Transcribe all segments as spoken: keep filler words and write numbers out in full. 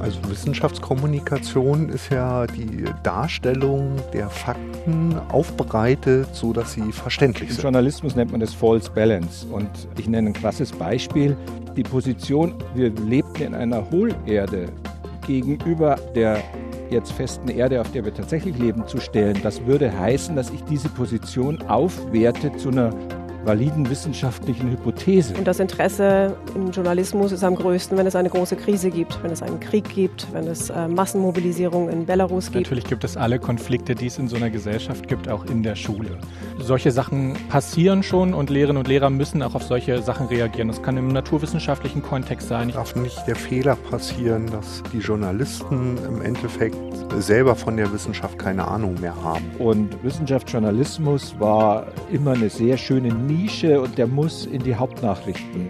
Also Wissenschaftskommunikation ist ja die Darstellung der Fakten aufbereitet, so dass sie verständlich Im sind. Journalismus nennt man das False Balance. Und ich nenne ein krasses Beispiel. Die Position, wir lebten in einer Hohlerde gegenüber der jetzt festen Erde, auf der wir tatsächlich leben, zu stellen. Das würde heißen, dass ich diese Position aufwerte zu einer validen wissenschaftlichen Hypothese. Und das Interesse im Journalismus ist am größten, wenn es eine große Krise gibt, wenn es einen Krieg gibt, wenn es äh, Massenmobilisierung in Belarus gibt. Natürlich gibt es alle Konflikte, die es in so einer Gesellschaft gibt, auch in der Schule. Solche Sachen passieren schon und Lehrerinnen und Lehrer müssen auch auf solche Sachen reagieren. Das kann im naturwissenschaftlichen Kontext sein. Es darf nicht der Fehler passieren, dass die Journalisten im Endeffekt selber von der Wissenschaft keine Ahnung mehr haben. Und Wissenschaftsjournalismus war immer eine sehr schöne Nische und der muss in die Hauptnachrichten.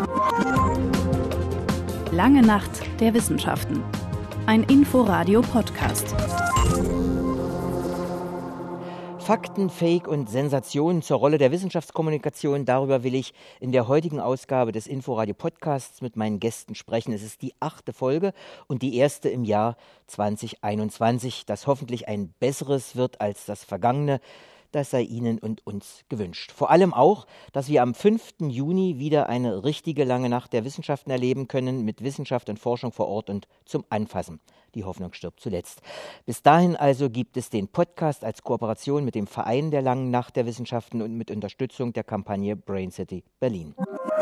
Lange Nacht der Wissenschaften. Ein Inforadio-Podcast. Fakten, Fake und Sensationen zur Rolle der Wissenschaftskommunikation. Darüber will ich in der heutigen Ausgabe des Inforadio-Podcasts mit meinen Gästen sprechen. Es ist die achte Folge und die erste im Jahr zwanzig einundzwanzig, das hoffentlich ein besseres wird als das vergangene. Das sei Ihnen und uns gewünscht. Vor allem auch, dass wir am fünften Juni wieder eine richtige lange Nacht der Wissenschaften erleben können, mit Wissenschaft und Forschung vor Ort und zum Anfassen. Die Hoffnung stirbt zuletzt. Bis dahin also gibt es den Podcast als Kooperation mit dem Verein der Langen Nacht der Wissenschaften und mit Unterstützung der Kampagne Brain City Berlin.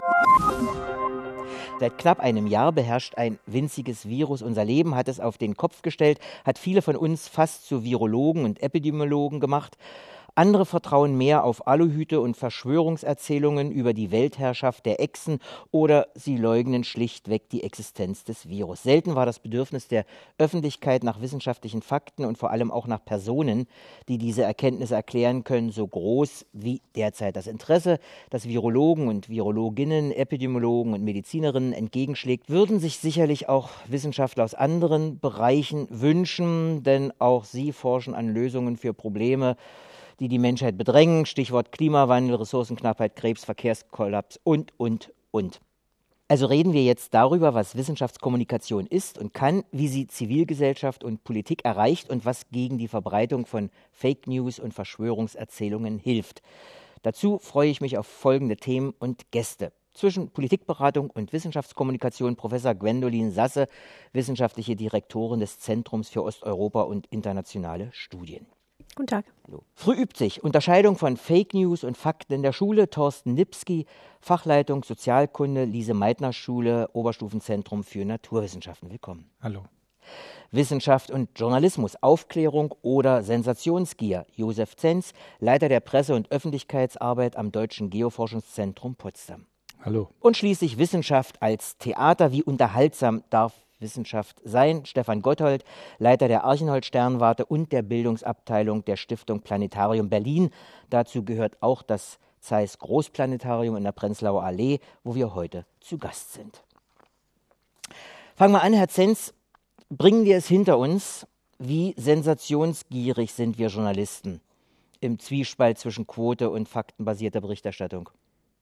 Seit knapp einem Jahr beherrscht ein winziges Virus unser Leben, hat es auf den Kopf gestellt, hat viele von uns fast zu Virologen und Epidemiologen gemacht. Andere vertrauen mehr auf Aluhüte und Verschwörungserzählungen über die Weltherrschaft der Echsen oder sie leugnen schlichtweg die Existenz des Virus. Selten war das Bedürfnis der Öffentlichkeit nach wissenschaftlichen Fakten und vor allem auch nach Personen, die diese Erkenntnisse erklären können, so groß wie derzeit. Das Interesse, das Virologen und Virologinnen, Epidemiologen und Medizinerinnen entgegenschlägt, würden sich sicherlich auch Wissenschaftler aus anderen Bereichen wünschen, denn auch sie forschen an Lösungen für Probleme, die die Menschheit bedrängen, Stichwort Klimawandel, Ressourcenknappheit, Krebs, Verkehrskollaps und, und, und. Also reden wir jetzt darüber, was Wissenschaftskommunikation ist und kann, wie sie Zivilgesellschaft und Politik erreicht und was gegen die Verbreitung von Fake News und Verschwörungserzählungen hilft. Dazu freue ich mich auf folgende Themen und Gäste. Zwischen Politikberatung und Wissenschaftskommunikation Professor Gwendolin Sasse, wissenschaftliche Direktorin des Zentrums für Osteuropa und internationale Studien. Guten Tag. Hallo. Früh übt sich. Unterscheidung von Fake News und Fakten in der Schule. Thorsten Nipski, Fachleitung Sozialkunde, Lise-Meitner-Schule, Oberstufenzentrum für Naturwissenschaften. Willkommen. Hallo. Wissenschaft und Journalismus, Aufklärung oder Sensationsgier. Josef Zenz, Leiter der Presse- und Öffentlichkeitsarbeit am Deutschen Geoforschungszentrum Potsdam. Hallo. Und schließlich Wissenschaft als Theater. Wie unterhaltsam darf Wissenschaft sein? Stefan Gotthold, Leiter der Archenhold-Sternwarte und der Bildungsabteilung der Stiftung Planetarium Berlin. Dazu gehört auch das Zeiss Großplanetarium in der Prenzlauer Allee, wo wir heute zu Gast sind. Fangen wir an, Herr Zenz, bringen wir es hinter uns. Wie sensationsgierig sind wir Journalisten im Zwiespalt zwischen Quote und faktenbasierter Berichterstattung?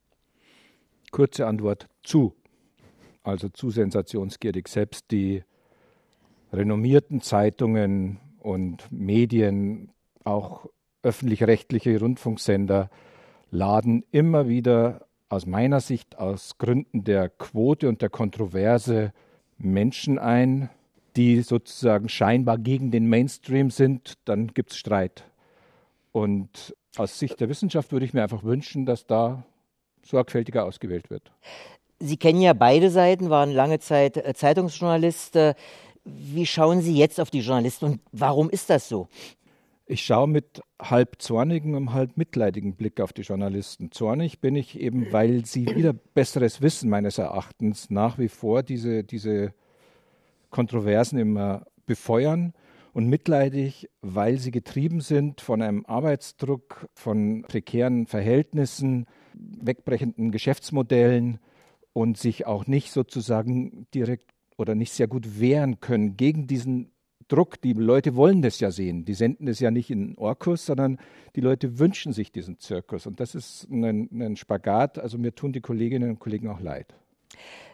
Kurze Antwort: zu. Also zu sensationsgierig. Selbst die renommierten Zeitungen und Medien, auch öffentlich-rechtliche Rundfunksender, laden immer wieder aus meiner Sicht aus Gründen der Quote und der Kontroverse Menschen ein, die sozusagen scheinbar gegen den Mainstream sind. Dann gibt es Streit. Und aus Sicht der Wissenschaft würde ich mir einfach wünschen, dass da sorgfältiger ausgewählt wird. Sie kennen ja beide Seiten, waren lange Zeit äh, Zeitungsjournalist. Äh, wie schauen Sie jetzt auf die Journalisten und warum ist das so? Ich schaue mit halb zornigem und halb mitleidigem Blick auf die Journalisten. Zornig bin ich eben, weil sie wieder besseres Wissen meines Erachtens nach wie vor diese, diese Kontroversen immer befeuern. Und mitleidig, weil sie getrieben sind von einem Arbeitsdruck, von prekären Verhältnissen, wegbrechenden Geschäftsmodellen, und sich auch nicht sozusagen direkt oder nicht sehr gut wehren können gegen diesen Druck. Die Leute wollen das ja sehen. Die senden es ja nicht in den Orkus, sondern die Leute wünschen sich diesen Zirkus. Und das ist ein, ein Spagat. Also mir tun die Kolleginnen und Kollegen auch leid.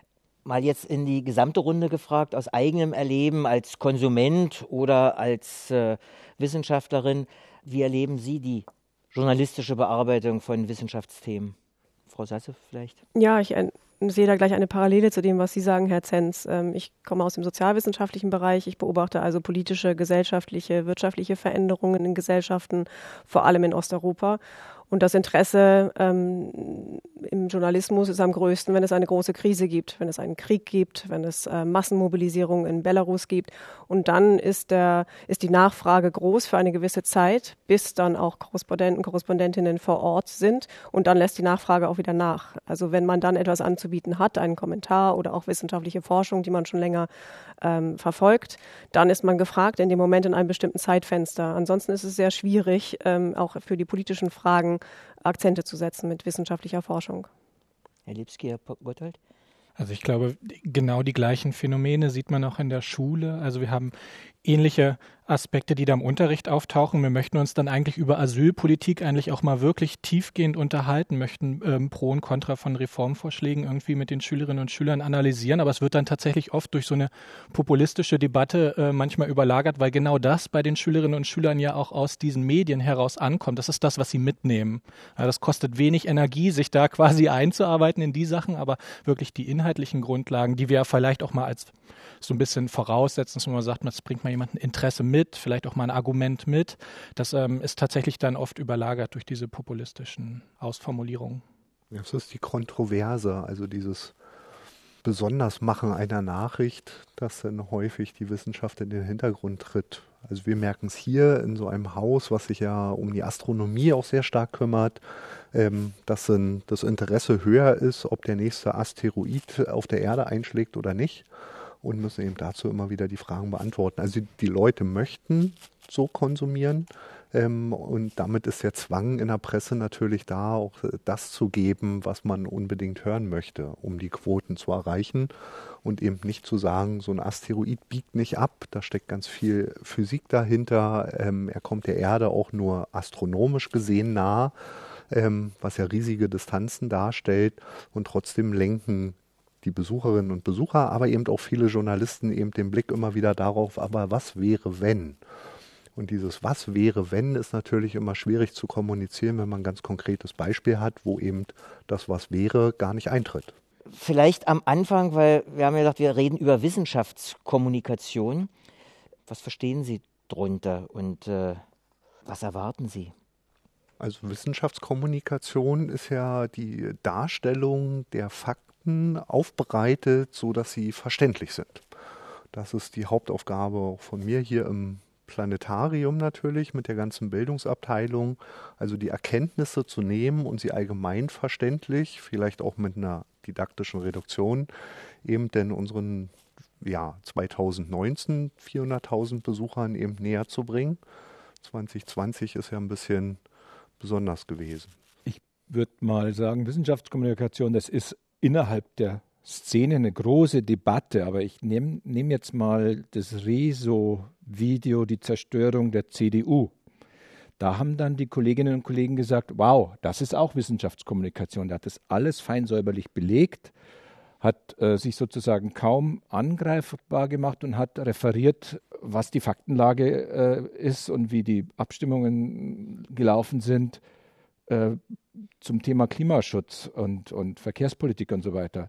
Mal jetzt in die gesamte Runde gefragt, aus eigenem Erleben als Konsument oder als äh, Wissenschaftlerin, wie erleben Sie die journalistische Bearbeitung von Wissenschaftsthemen? Frau Sasse vielleicht? Ja, ich ein, sehe da gleich eine Parallele zu dem, was Sie sagen, Herr Zenz. Ähm, ich komme aus dem sozialwissenschaftlichen Bereich. Ich beobachte also politische, gesellschaftliche, wirtschaftliche Veränderungen in Gesellschaften, vor allem in Osteuropa. Und das Interesse ähm, im Journalismus ist am größten, wenn es eine große Krise gibt, wenn es einen Krieg gibt, wenn es äh, Massenmobilisierung in Belarus gibt. Und dann ist, der, ist die Nachfrage groß für eine gewisse Zeit, bis dann auch Korrespondenten, Korrespondentinnen vor Ort sind. Und dann lässt die Nachfrage auch wieder nach. Also wenn man dann etwas anzubieten hat, einen Kommentar oder auch wissenschaftliche Forschung, die man schon länger ähm, verfolgt, dann ist man gefragt in dem Moment in einem bestimmten Zeitfenster. Ansonsten ist es sehr schwierig, ähm, auch für die politischen Fragen Akzente zu setzen mit wissenschaftlicher Forschung. Herr Lipski, Herr Gotthold? Also ich glaube, genau die gleichen Phänomene sieht man auch in der Schule. Also wir haben ähnliche Aspekte, die da im Unterricht auftauchen. Wir möchten uns dann eigentlich über Asylpolitik eigentlich auch mal wirklich tiefgehend unterhalten, möchten ähm, Pro und Contra von Reformvorschlägen irgendwie mit den Schülerinnen und Schülern analysieren. Aber es wird dann tatsächlich oft durch so eine populistische Debatte äh, manchmal überlagert, weil genau das bei den Schülerinnen und Schülern ja auch aus diesen Medien heraus ankommt. Das ist das, was sie mitnehmen. Ja, das kostet wenig Energie, sich da quasi einzuarbeiten in die Sachen, aber wirklich die inhaltlichen Grundlagen, die wir vielleicht auch mal als so ein bisschen voraussetzen, dass man sagt, das bringt mal jemand ein Interesse mit, vielleicht auch mal ein Argument mit. Das ähm, ist tatsächlich dann oft überlagert durch diese populistischen Ausformulierungen. Das ist die Kontroverse, also dieses Besondersmachen einer Nachricht, dass dann häufig die Wissenschaft in den Hintergrund tritt. Also wir merken es hier in so einem Haus, was sich ja um die Astronomie auch sehr stark kümmert, ähm, dass ein, das Interesse höher ist, ob der nächste Asteroid auf der Erde einschlägt oder nicht. Und müssen eben dazu immer wieder die Fragen beantworten. Also die Leute möchten so konsumieren ähm, und damit ist der Zwang in der Presse natürlich da, auch das zu geben, was man unbedingt hören möchte, um die Quoten zu erreichen und eben nicht zu sagen, so ein Asteroid biegt nicht ab, da steckt ganz viel Physik dahinter, ähm, er kommt der Erde auch nur astronomisch gesehen nah, ähm, was ja riesige Distanzen darstellt und trotzdem lenken die Besucherinnen und Besucher, aber eben auch viele Journalisten eben den Blick immer wieder darauf, aber was wäre, wenn? Und dieses Was wäre, wenn ist natürlich immer schwierig zu kommunizieren, wenn man ein ganz konkretes Beispiel hat, wo eben das Was wäre gar nicht eintritt. Vielleicht am Anfang, weil wir haben ja gedacht, wir reden über Wissenschaftskommunikation. Was verstehen Sie drunter und äh, was erwarten Sie? Also Wissenschaftskommunikation ist ja die Darstellung der Fakten aufbereitet, so dass sie verständlich sind. Das ist die Hauptaufgabe auch von mir hier im Planetarium natürlich mit der ganzen Bildungsabteilung, also die Erkenntnisse zu nehmen und sie allgemein verständlich, vielleicht auch mit einer didaktischen Reduktion, eben denn unseren ja, zwanzig neunzehn vierhunderttausend Besuchern eben näher zu bringen. zwanzig zwanzig ist ja ein bisschen besonders gewesen. Ich würde mal sagen, Wissenschaftskommunikation, das ist innerhalb der Szene eine große Debatte, aber ich nehme nehm jetzt mal das Rezo-Video, die Zerstörung der C D U. Da haben dann die Kolleginnen und Kollegen gesagt, wow, das ist auch Wissenschaftskommunikation. Der hat das alles fein säuberlich belegt, hat äh, sich sozusagen kaum angreifbar gemacht und hat referiert, was die Faktenlage äh, ist und wie die Abstimmungen gelaufen sind äh, zum Thema Klimaschutz und, und Verkehrspolitik und so weiter.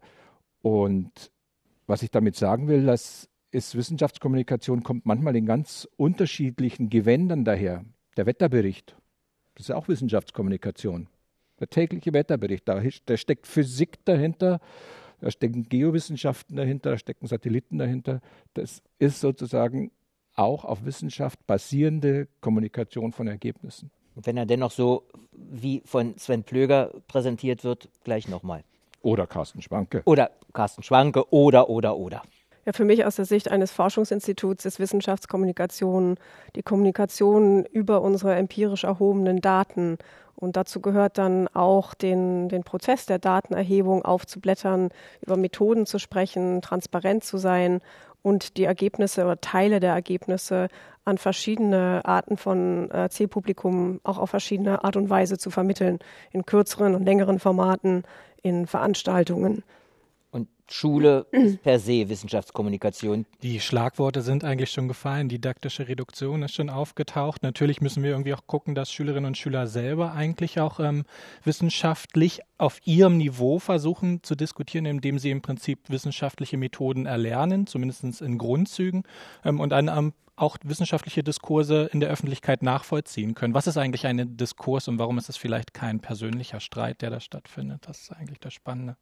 Und was ich damit sagen will, das ist Wissenschaftskommunikation, kommt manchmal in ganz unterschiedlichen Gewändern daher. Der Wetterbericht, das ist auch Wissenschaftskommunikation. Der tägliche Wetterbericht, da, da steckt Physik dahinter, da stecken Geowissenschaften dahinter, da stecken Satelliten dahinter. Das ist sozusagen auch auf Wissenschaft basierende Kommunikation von Ergebnissen. Und wenn er dennoch so wie von Sven Plöger präsentiert wird, gleich nochmal. Oder Carsten Schwanke. Oder Carsten Schwanke, oder, oder, oder. Ja, für mich aus der Sicht eines Forschungsinstituts ist Wissenschaftskommunikation die Kommunikation über unsere empirisch erhobenen Daten. Und dazu gehört dann auch den, den Prozess der Datenerhebung aufzublättern, über Methoden zu sprechen, transparent zu sein und die Ergebnisse oder Teile der Ergebnisse an verschiedene Arten von äh, Zielpublikum auch auf verschiedene Art und Weise zu vermitteln, in kürzeren und längeren Formaten, in Veranstaltungen. Und Schule ist per se Wissenschaftskommunikation. Die Schlagworte sind eigentlich schon gefallen. Didaktische Reduktion ist schon aufgetaucht. Natürlich müssen wir irgendwie auch gucken, dass Schülerinnen und Schüler selber eigentlich auch ähm, wissenschaftlich auf ihrem Niveau versuchen zu diskutieren, indem sie im Prinzip wissenschaftliche Methoden erlernen, zumindest in Grundzügen, ähm, und dann ähm, auch wissenschaftliche Diskurse in der Öffentlichkeit nachvollziehen können. Was ist eigentlich ein Diskurs und warum ist es vielleicht kein persönlicher Streit, der da stattfindet? Das ist eigentlich das Spannende.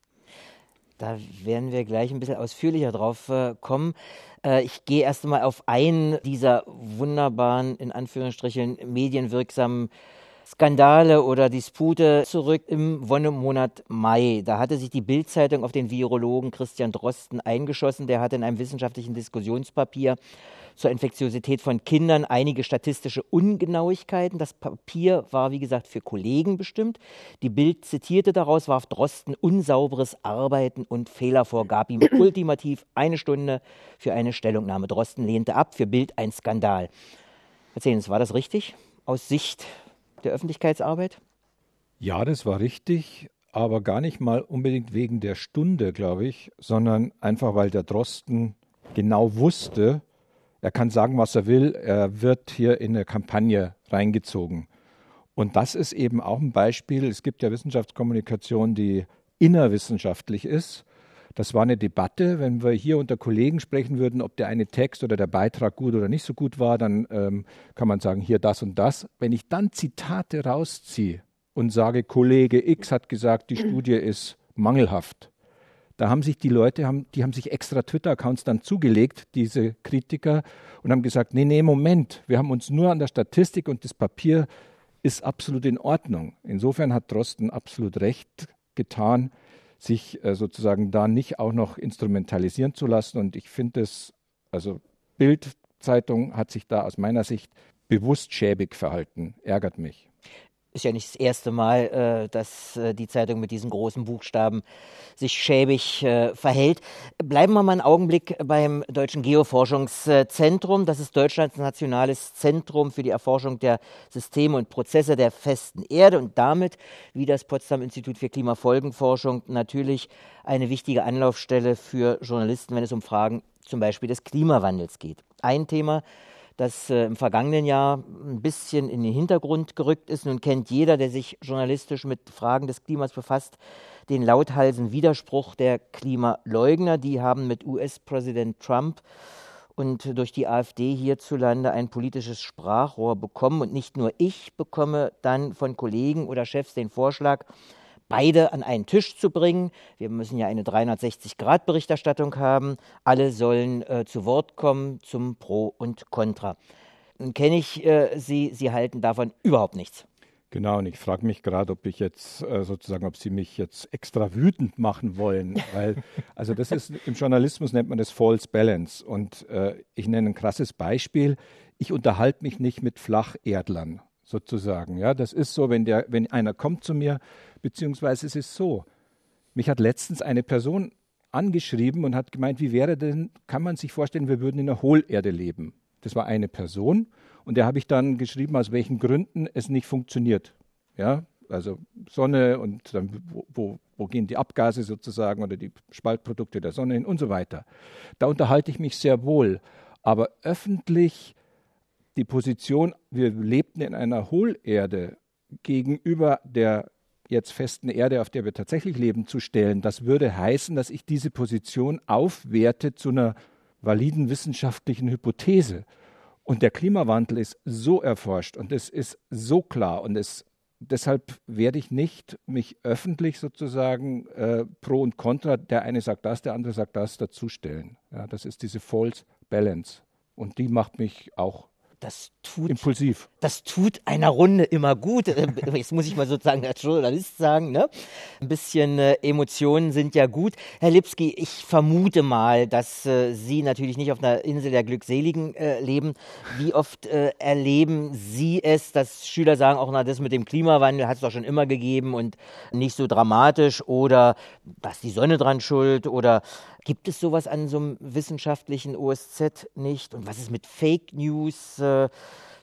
Da werden wir gleich ein bisschen ausführlicher drauf äh, kommen. Äh, ich gehe erst einmal auf einen dieser wunderbaren, in Anführungsstrichen, medienwirksamen Skandale oder Dispute zurück im Wonnemonat Mai. Da hatte sich die Bild-Zeitung auf den Virologen Christian Drosten eingeschossen. Der hatte in einem wissenschaftlichen Diskussionspapier zur Infektiosität von Kindern einige statistische Ungenauigkeiten. Das Papier war, wie gesagt, für Kollegen bestimmt. Die Bild zitierte daraus, warf Drosten unsauberes Arbeiten und Fehler vor, gab ihm ultimativ eine Stunde für eine Stellungnahme. Drosten lehnte ab, für Bild ein Skandal. Erzählen Sie, war das richtig aus Sicht der Öffentlichkeitsarbeit? Ja, das war richtig, aber gar nicht mal unbedingt wegen der Stunde, glaube ich, sondern einfach, weil der Drosten genau wusste, er kann sagen, was er will, er wird hier in eine Kampagne reingezogen. Und das ist eben auch ein Beispiel, es gibt ja Wissenschaftskommunikation, die innerwissenschaftlich ist. Das war eine Debatte, wenn wir hier unter Kollegen sprechen würden, ob der eine Text oder der Beitrag gut oder nicht so gut war, dann ähm, kann man sagen, hier das und das. Wenn ich dann Zitate rausziehe und sage, Kollege X hat gesagt, die Studie ist mangelhaft, da haben sich die Leute, haben, die haben sich extra Twitter-Accounts dann zugelegt, diese Kritiker, und haben gesagt, nee, nee, Moment, wir haben uns nur an der Statistik und das Papier ist absolut in Ordnung. Insofern hat Drosten absolut recht getan, sich äh, sozusagen da nicht auch noch instrumentalisieren zu lassen. Und ich finde es, also Bild-Zeitung hat sich da aus meiner Sicht bewusst schäbig verhalten, ärgert mich. Ist ja nicht das erste Mal, äh, dass äh, die Zeitung mit diesen großen Buchstaben sich schäbig äh, verhält. Bleiben wir mal einen Augenblick beim Deutschen Geoforschungszentrum. Das ist Deutschlands nationales Zentrum für die Erforschung der Systeme und Prozesse der festen Erde und damit, wie das Potsdam-Institut für Klimafolgenforschung, natürlich eine wichtige Anlaufstelle für Journalisten, wenn es um Fragen zum Beispiel des Klimawandels geht. Ein Thema, das äh, im vergangenen Jahr ein bisschen in den Hintergrund gerückt ist. Nun kennt jeder, der sich journalistisch mit Fragen des Klimas befasst, den lauthalsen Widerspruch der Klimaleugner. Die haben mit U S-Präsident Trump und durch die AfD hierzulande ein politisches Sprachrohr bekommen. Und nicht nur ich bekomme dann von Kollegen oder Chefs den Vorschlag, beide an einen Tisch zu bringen. Wir müssen ja eine dreihundertsechzig-Grad-Berichterstattung haben. Alle sollen äh, zu Wort kommen zum Pro und Contra. Nun kenne ich äh, Sie, Sie halten davon überhaupt nichts. Genau, und ich frage mich gerade, ob ich jetzt äh, sozusagen, ob Sie mich jetzt extra wütend machen wollen, weil, also das ist, im Journalismus nennt man das False Balance. Und äh, ich nenne ein krasses Beispiel. Ich unterhalte mich nicht mit Flacherdlern. Sozusagen, ja, das ist so, wenn der, wenn einer kommt zu mir, beziehungsweise es ist so, mich hat letztens eine Person angeschrieben und hat gemeint, wie wäre denn, kann man sich vorstellen, wir würden in einer Hohlerde leben. Das war eine Person und der habe ich dann geschrieben, aus welchen Gründen es nicht funktioniert. Ja, also Sonne und dann, wo, wo, wo gehen die Abgase sozusagen oder die Spaltprodukte der Sonne hin und so weiter. Da unterhalte ich mich sehr wohl, aber öffentlich die Position, wir lebten in einer Hohlerde gegenüber der jetzt festen Erde, auf der wir tatsächlich leben, zu stellen, das würde heißen, dass ich diese Position aufwerte zu einer validen wissenschaftlichen Hypothese. Und der Klimawandel ist so erforscht und es ist so klar und es, deshalb werde ich nicht mich öffentlich sozusagen äh, pro und contra, der eine sagt das, der andere sagt das, dazustellen. Ja, das ist diese False Balance und die macht mich auch Das tut, impulsiv. Das tut einer Runde immer gut. Jetzt muss ich mal sozusagen als Journalist sagen, ne? Ein bisschen äh, Emotionen sind ja gut. Herr Lipski, ich vermute mal, dass äh, Sie natürlich nicht auf einer Insel der Glückseligen äh, leben. Wie oft äh, erleben Sie es, dass Schüler sagen, auch na, das mit dem Klimawandel hat es doch schon immer gegeben und nicht so dramatisch oder da ist die Sonne dran schuld oder gibt es sowas an so einem wissenschaftlichen O S Z nicht? Und was ist mit Fake News?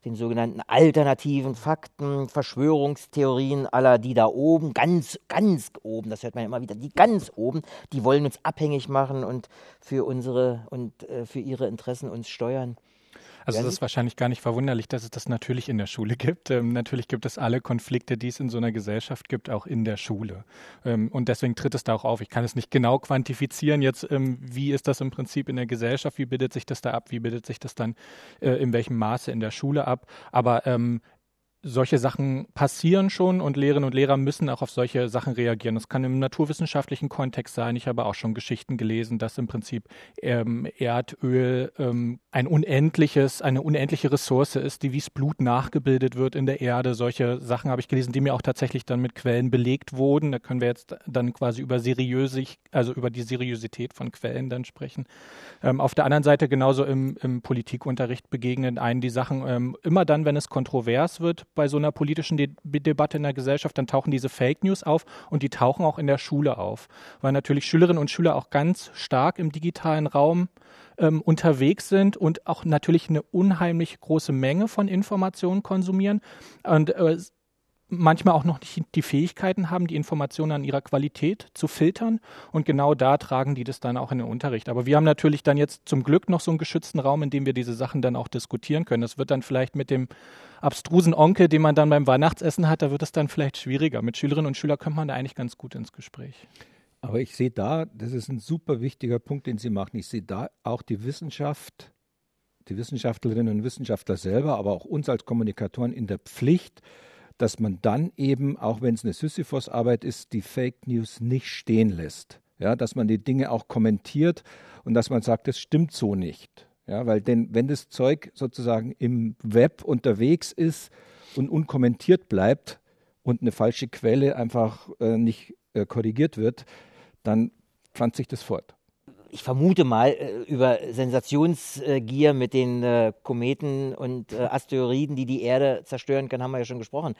den sogenannten alternativen Fakten, Verschwörungstheorien aller die da oben, ganz, ganz oben, das hört man ja immer wieder, die ganz oben, die wollen uns abhängig machen und für unsere und äh, für ihre Interessen uns steuern. Also es ist wahrscheinlich gar nicht verwunderlich, dass es das natürlich in der Schule gibt. Ähm, natürlich gibt es alle Konflikte, die es in so einer Gesellschaft gibt, auch in der Schule. Ähm, und deswegen tritt es da auch auf. Ich kann es nicht genau quantifizieren jetzt, ähm, wie ist das im Prinzip in der Gesellschaft, wie bildet sich das da ab, wie bildet sich das dann äh, in welchem Maße in der Schule ab. Aber ähm, solche Sachen passieren schon und Lehrerinnen und Lehrer müssen auch auf solche Sachen reagieren. Das kann im naturwissenschaftlichen Kontext sein. Ich habe auch schon Geschichten gelesen, dass im Prinzip ähm, Erdöl ähm, ein unendliches, eine unendliche Ressource ist, die wie's Blut nachgebildet wird in der Erde. Solche Sachen habe ich gelesen, die mir auch tatsächlich dann mit Quellen belegt wurden. Da können wir jetzt dann quasi über seriösig, also über die Seriosität von Quellen dann sprechen. Ähm, auf der anderen Seite genauso im, im Politikunterricht begegnen einen die Sachen ähm, immer dann, wenn es kontrovers wird, bei so einer politischen De- Debatte in der Gesellschaft, dann tauchen diese Fake News auf und die tauchen auch in der Schule auf, weil natürlich Schülerinnen und Schüler auch ganz stark im digitalen Raum ähm, unterwegs sind und auch natürlich eine unheimlich große Menge von Informationen konsumieren und äh, manchmal auch noch nicht die Fähigkeiten haben, die Informationen an ihrer Qualität zu filtern. Und genau da tragen die das dann auch in den Unterricht. Aber wir haben natürlich dann jetzt zum Glück noch so einen geschützten Raum, in dem wir diese Sachen dann auch diskutieren können. Das wird dann vielleicht mit dem abstrusen Onkel, den man dann beim Weihnachtsessen hat, da wird es dann vielleicht schwieriger. Mit Schülerinnen und Schülern kommt man da eigentlich ganz gut ins Gespräch. Aber ich sehe da, das ist ein super wichtiger Punkt, den Sie machen. Ich sehe da auch die Wissenschaft, die Wissenschaftlerinnen und Wissenschaftler selber, aber auch uns als Kommunikatoren in der Pflicht, dass man dann eben, auch wenn es eine Sisyphos-Arbeit ist, die Fake News nicht stehen lässt. Ja, dass man die Dinge auch kommentiert und dass man sagt, das stimmt so nicht. Ja, weil denn, wenn das Zeug sozusagen im Web unterwegs ist und unkommentiert bleibt und eine falsche Quelle einfach äh, nicht äh, korrigiert wird, dann pflanzt sich das fort. Ich vermute mal, äh, über Sensationsgier mit den äh, Kometen und äh, Asteroiden, die die Erde zerstören können, haben wir ja schon gesprochen.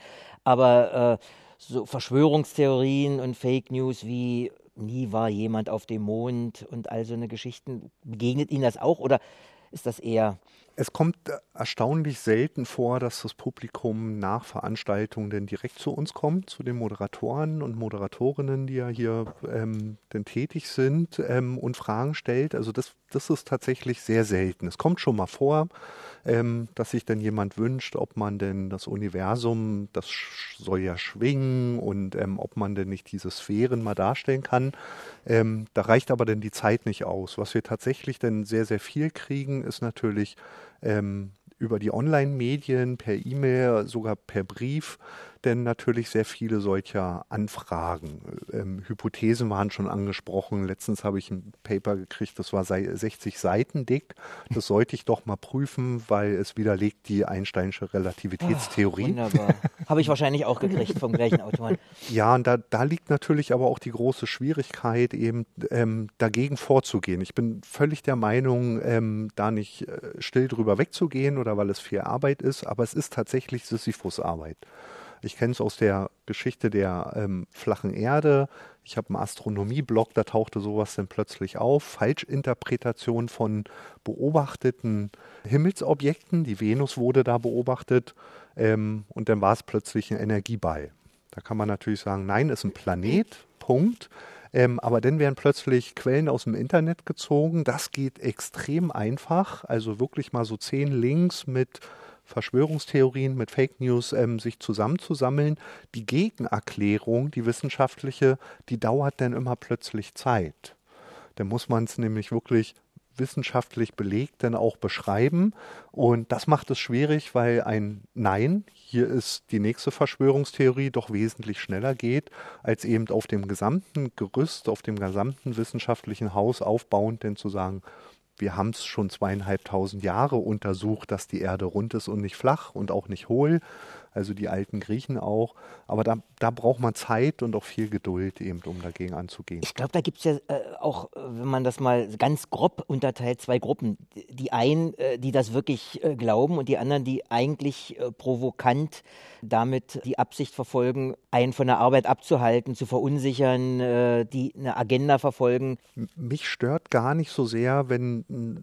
Aber äh, so Verschwörungstheorien und Fake News wie nie war jemand auf dem Mond und all so eine Geschichten, begegnet Ihnen das auch oder ist das eher... Es kommt erstaunlich selten vor, dass das Publikum nach Veranstaltungen denn direkt zu uns kommt, zu den Moderatoren und Moderatorinnen, die ja hier ähm, denn tätig sind ähm, und Fragen stellt. Also das, das ist tatsächlich sehr selten. Es kommt schon mal vor, ähm, dass sich dann jemand wünscht, ob man denn das Universum, das soll ja schwingen und ähm, ob man denn nicht diese Sphären mal darstellen kann. Ähm, da reicht aber dann die Zeit nicht aus. Was wir tatsächlich dann sehr, sehr viel kriegen, ist natürlich ähm, über die Online-Medien, per E-Mail, sogar per Brief, denn natürlich sehr viele solcher Anfragen. Ähm, Hypothesen waren schon angesprochen. Letztens habe ich ein Paper gekriegt, das war sechzig Seiten dick. Das sollte ich doch mal prüfen, weil es widerlegt die Einsteinsche Relativitätstheorie. Ach, wunderbar. Habe ich wahrscheinlich auch gekriegt vom gleichen Autoren. Ja, und da, da liegt natürlich aber auch die große Schwierigkeit, eben ähm, dagegen vorzugehen. Ich bin völlig der Meinung, ähm, da nicht äh, still drüber wegzugehen oder weil es viel Arbeit ist, aber es ist tatsächlich Sisyphus-Arbeit. Ich kenne es aus der Geschichte der ähm, flachen Erde. Ich habe einen Astronomie-Blog, da tauchte sowas dann plötzlich auf. Falschinterpretation von beobachteten Himmelsobjekten. Die Venus wurde da beobachtet ähm, und dann war es plötzlich ein Energieball. Da kann man natürlich sagen, nein, ist ein Planet, Punkt. Ähm, aber dann werden plötzlich Quellen aus dem Internet gezogen. Das geht extrem einfach. Also wirklich mal so zehn Links mit Verschwörungstheorien, mit Fake News ähm, sich zusammenzusammeln. Die Gegenerklärung, die wissenschaftliche, die dauert dann immer plötzlich Zeit. Dann muss man es nämlich wirklich wissenschaftlich belegt dann auch beschreiben. Und das macht es schwierig, weil ein Nein, hier ist die nächste Verschwörungstheorie, doch wesentlich schneller geht, als eben auf dem gesamten Gerüst, auf dem gesamten wissenschaftlichen Haus aufbauend, denn zu sagen, wir haben es schon zweieinhalbtausend Jahre untersucht, dass die Erde rund ist und nicht flach und auch nicht hohl. Also die alten Griechen auch. Aber da, da braucht man Zeit und auch viel Geduld eben, um dagegen anzugehen. Ich glaube, da gibt es ja äh, auch, wenn man das mal ganz grob unterteilt, zwei Gruppen. Die einen, äh, die das wirklich äh, glauben und die anderen, die eigentlich äh, provokant damit die Absicht verfolgen, einen von der Arbeit abzuhalten, zu verunsichern, äh, die eine Agenda verfolgen. Mich stört gar nicht so sehr, wenn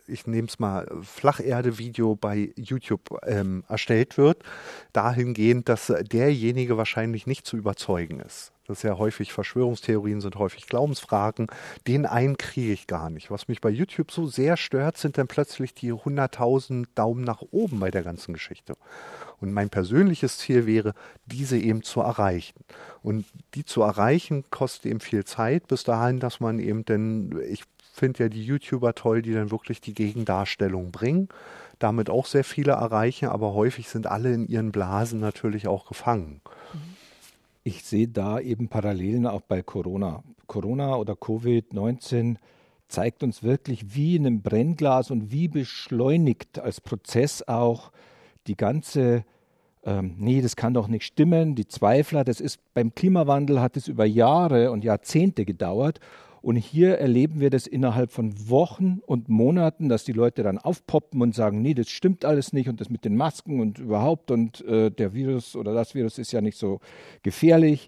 ich nehme es mal, Flacherde-Video bei YouTube ähm, erstellt wird, dahingehend, dass derjenige wahrscheinlich nicht zu überzeugen ist. Das ist ja häufig Verschwörungstheorien, sind häufig Glaubensfragen. Den einen kriege ich gar nicht. Was mich bei YouTube so sehr stört, sind dann plötzlich die hunderttausend Daumen nach oben bei der ganzen Geschichte. Und mein persönliches Ziel wäre, diese eben zu erreichen. Und die zu erreichen, kostet eben viel Zeit, bis dahin, dass man eben dann, ich finde ja die YouTuber toll, die dann wirklich die Gegendarstellung bringen, damit auch sehr viele erreichen, aber häufig sind alle in ihren Blasen natürlich auch gefangen. Ich sehe da eben Parallelen auch bei Corona. Corona oder Covid neunzehn zeigt uns wirklich wie in einem Brennglas und wie beschleunigt als Prozess auch die ganze, ähm, nee, das kann doch nicht stimmen, die Zweifler, das ist beim Klimawandel hat es über Jahre und Jahrzehnte gedauert. Und hier erleben wir das innerhalb von Wochen und Monaten, dass die Leute dann aufpoppen und sagen, nee, das stimmt alles nicht und das mit den Masken und überhaupt und äh, der Virus oder das Virus ist ja nicht so gefährlich.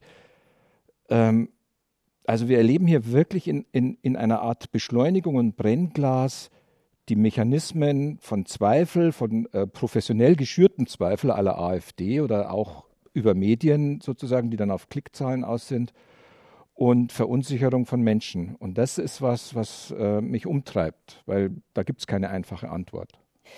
Ähm, also wir erleben hier wirklich in, in, in einer Art Beschleunigung und Brennglas die Mechanismen von Zweifel, von äh, professionell geschürten Zweifel à la AfD oder auch über Medien sozusagen, die dann auf Klickzahlen aus sind. Und Verunsicherung von Menschen. Und das ist was, was äh, mich umtreibt, weil da gibt es keine einfache Antwort.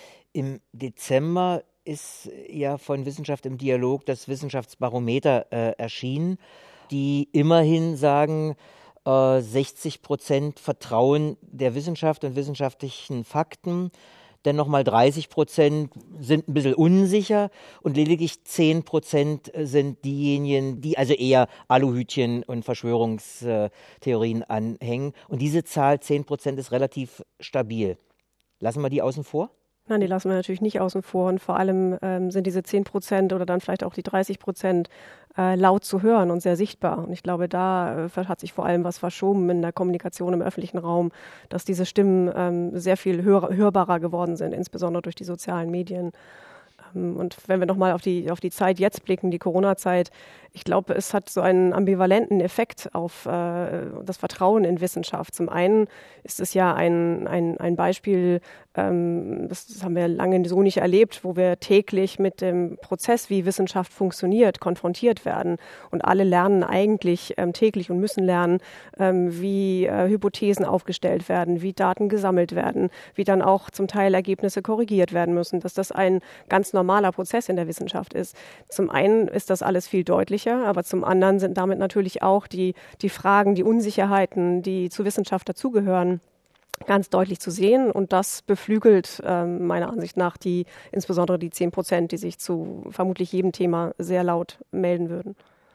Im Dezember ist ja von Wissenschaft im Dialog das Wissenschaftsbarometer äh, erschienen, die immerhin sagen, äh, sechzig Prozent Vertrauen der Wissenschaft und wissenschaftlichen Fakten. Dann nochmal dreißig Prozent sind ein bisschen unsicher und lediglich zehn Prozent sind diejenigen, die also eher Aluhütchen und Verschwörungstheorien anhängen. Und diese Zahl, zehn Prozent, ist relativ stabil. Lassen wir die außen vor? Nein, die lassen wir natürlich nicht außen vor. Und vor allem ähm, sind diese zehn Prozent oder dann vielleicht auch die dreißig Prozent äh, laut zu hören und sehr sichtbar. Und ich glaube, da äh, hat sich vor allem was verschoben in der Kommunikation im öffentlichen Raum, dass diese Stimmen ähm, sehr viel hör- hörbarer geworden sind, insbesondere durch die sozialen Medien. Ähm, und wenn wir nochmal auf die, auf die Zeit jetzt blicken, die Corona-Zeit, ich glaube, es hat so einen ambivalenten Effekt auf äh, das Vertrauen in Wissenschaft. Zum einen ist es ja ein, ein, ein Beispiel, ähm, das, das haben wir lange so nicht erlebt, wo wir täglich mit dem Prozess, wie Wissenschaft funktioniert, konfrontiert werden. Und alle lernen eigentlich ähm, täglich und müssen lernen, ähm, wie äh, Hypothesen aufgestellt werden, wie Daten gesammelt werden, wie dann auch zum Teil Ergebnisse korrigiert werden müssen, dass das ein ganz normaler Prozess in der Wissenschaft ist. Zum einen ist das alles viel deutlicher, aber zum anderen sind damit natürlich auch die, die Fragen, die Unsicherheiten, die zu Wissenschaft dazugehören, ganz deutlich zu sehen. Und das beflügelt ähm, meiner Ansicht nach die, insbesondere die zehn Prozent, die sich zu vermutlich jedem Thema sehr laut melden würden.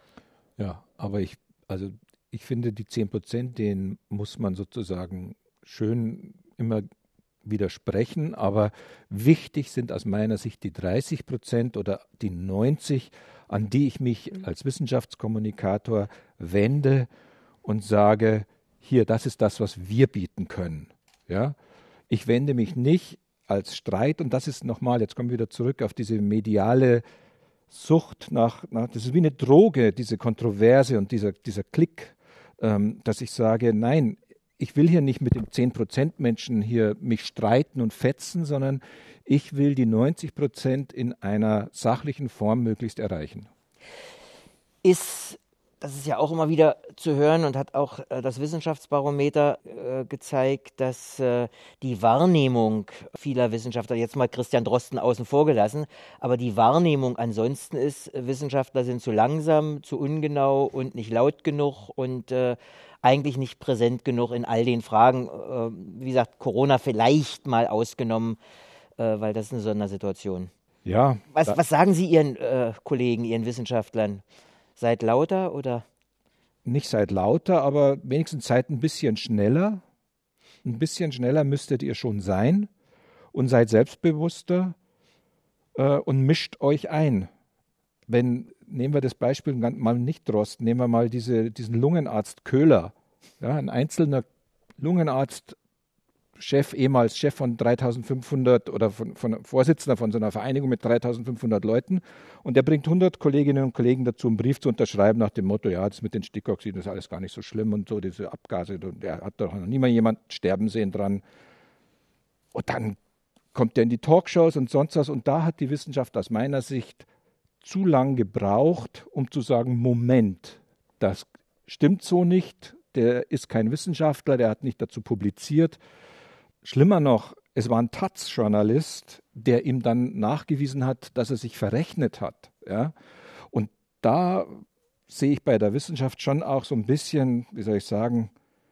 Ja, aber ich, also ich finde, die zehn Prozent, denen muss man sozusagen schön immer widersprechen, aber wichtig sind aus meiner Sicht die dreißig Prozent oder die neunzig, an die ich mich als Wissenschaftskommunikator wende und sage, hier, das ist das, was wir bieten können. Ja? Ich wende mich nicht als Streit, und das ist nochmal, jetzt kommen wir wieder zurück auf diese mediale Sucht nach, nach das ist wie eine Droge, diese Kontroverse und dieser, dieser Klick, ähm, dass ich sage, nein, ich will hier nicht mit den zehn Prozent Menschen hier mich streiten und fetzen, sondern ich will die neunzig Prozent in einer sachlichen Form möglichst erreichen. Ist, das ist ja auch immer wieder zu hören und hat auch äh, das Wissenschaftsbarometer äh, gezeigt, dass äh, die Wahrnehmung vieler Wissenschaftler, jetzt mal Christian Drosten außen vor gelassen, aber die Wahrnehmung ansonsten ist, Wissenschaftler sind zu langsam, zu ungenau und nicht laut genug und äh, eigentlich nicht präsent genug in all den Fragen. Äh, wie gesagt, Corona vielleicht mal ausgenommen, äh, weil das ist eine Sondersituation. Ja. Was, was sagen Sie Ihren äh, Kollegen, Ihren Wissenschaftlern? Seid lauter oder? Nicht seid lauter, aber wenigstens seid ein bisschen schneller. Ein bisschen schneller müsstet ihr schon sein und seid selbstbewusster äh, und mischt euch ein. Wenn, nehmen wir das Beispiel mal nicht Drosten, nehmen wir mal diese, diesen Lungenarzt Köhler, ja, ein einzelner Lungenarzt, Chef, ehemals Chef von dreitausendfünfhundert oder von, von Vorsitzender von so einer Vereinigung mit dreitausendfünfhundert Leuten, und der bringt hundert Kolleginnen und Kollegen dazu, einen Brief zu unterschreiben nach dem Motto, ja, das mit den Stickoxiden ist alles gar nicht so schlimm und so, diese Abgase, und der hat doch noch niemand jemand sterben sehen dran. Und dann kommt er in die Talkshows und sonst was. Und da hat die Wissenschaft aus meiner Sicht zu lang gebraucht, um zu sagen, Moment, das stimmt so nicht, der ist kein Wissenschaftler, der hat nicht dazu publiziert. Schlimmer noch, es war ein Taz-Journalist, der ihm dann nachgewiesen hat, dass er sich verrechnet hat. Ja? Und da sehe ich bei der Wissenschaft schon auch so ein bisschen, wie soll ich sagen,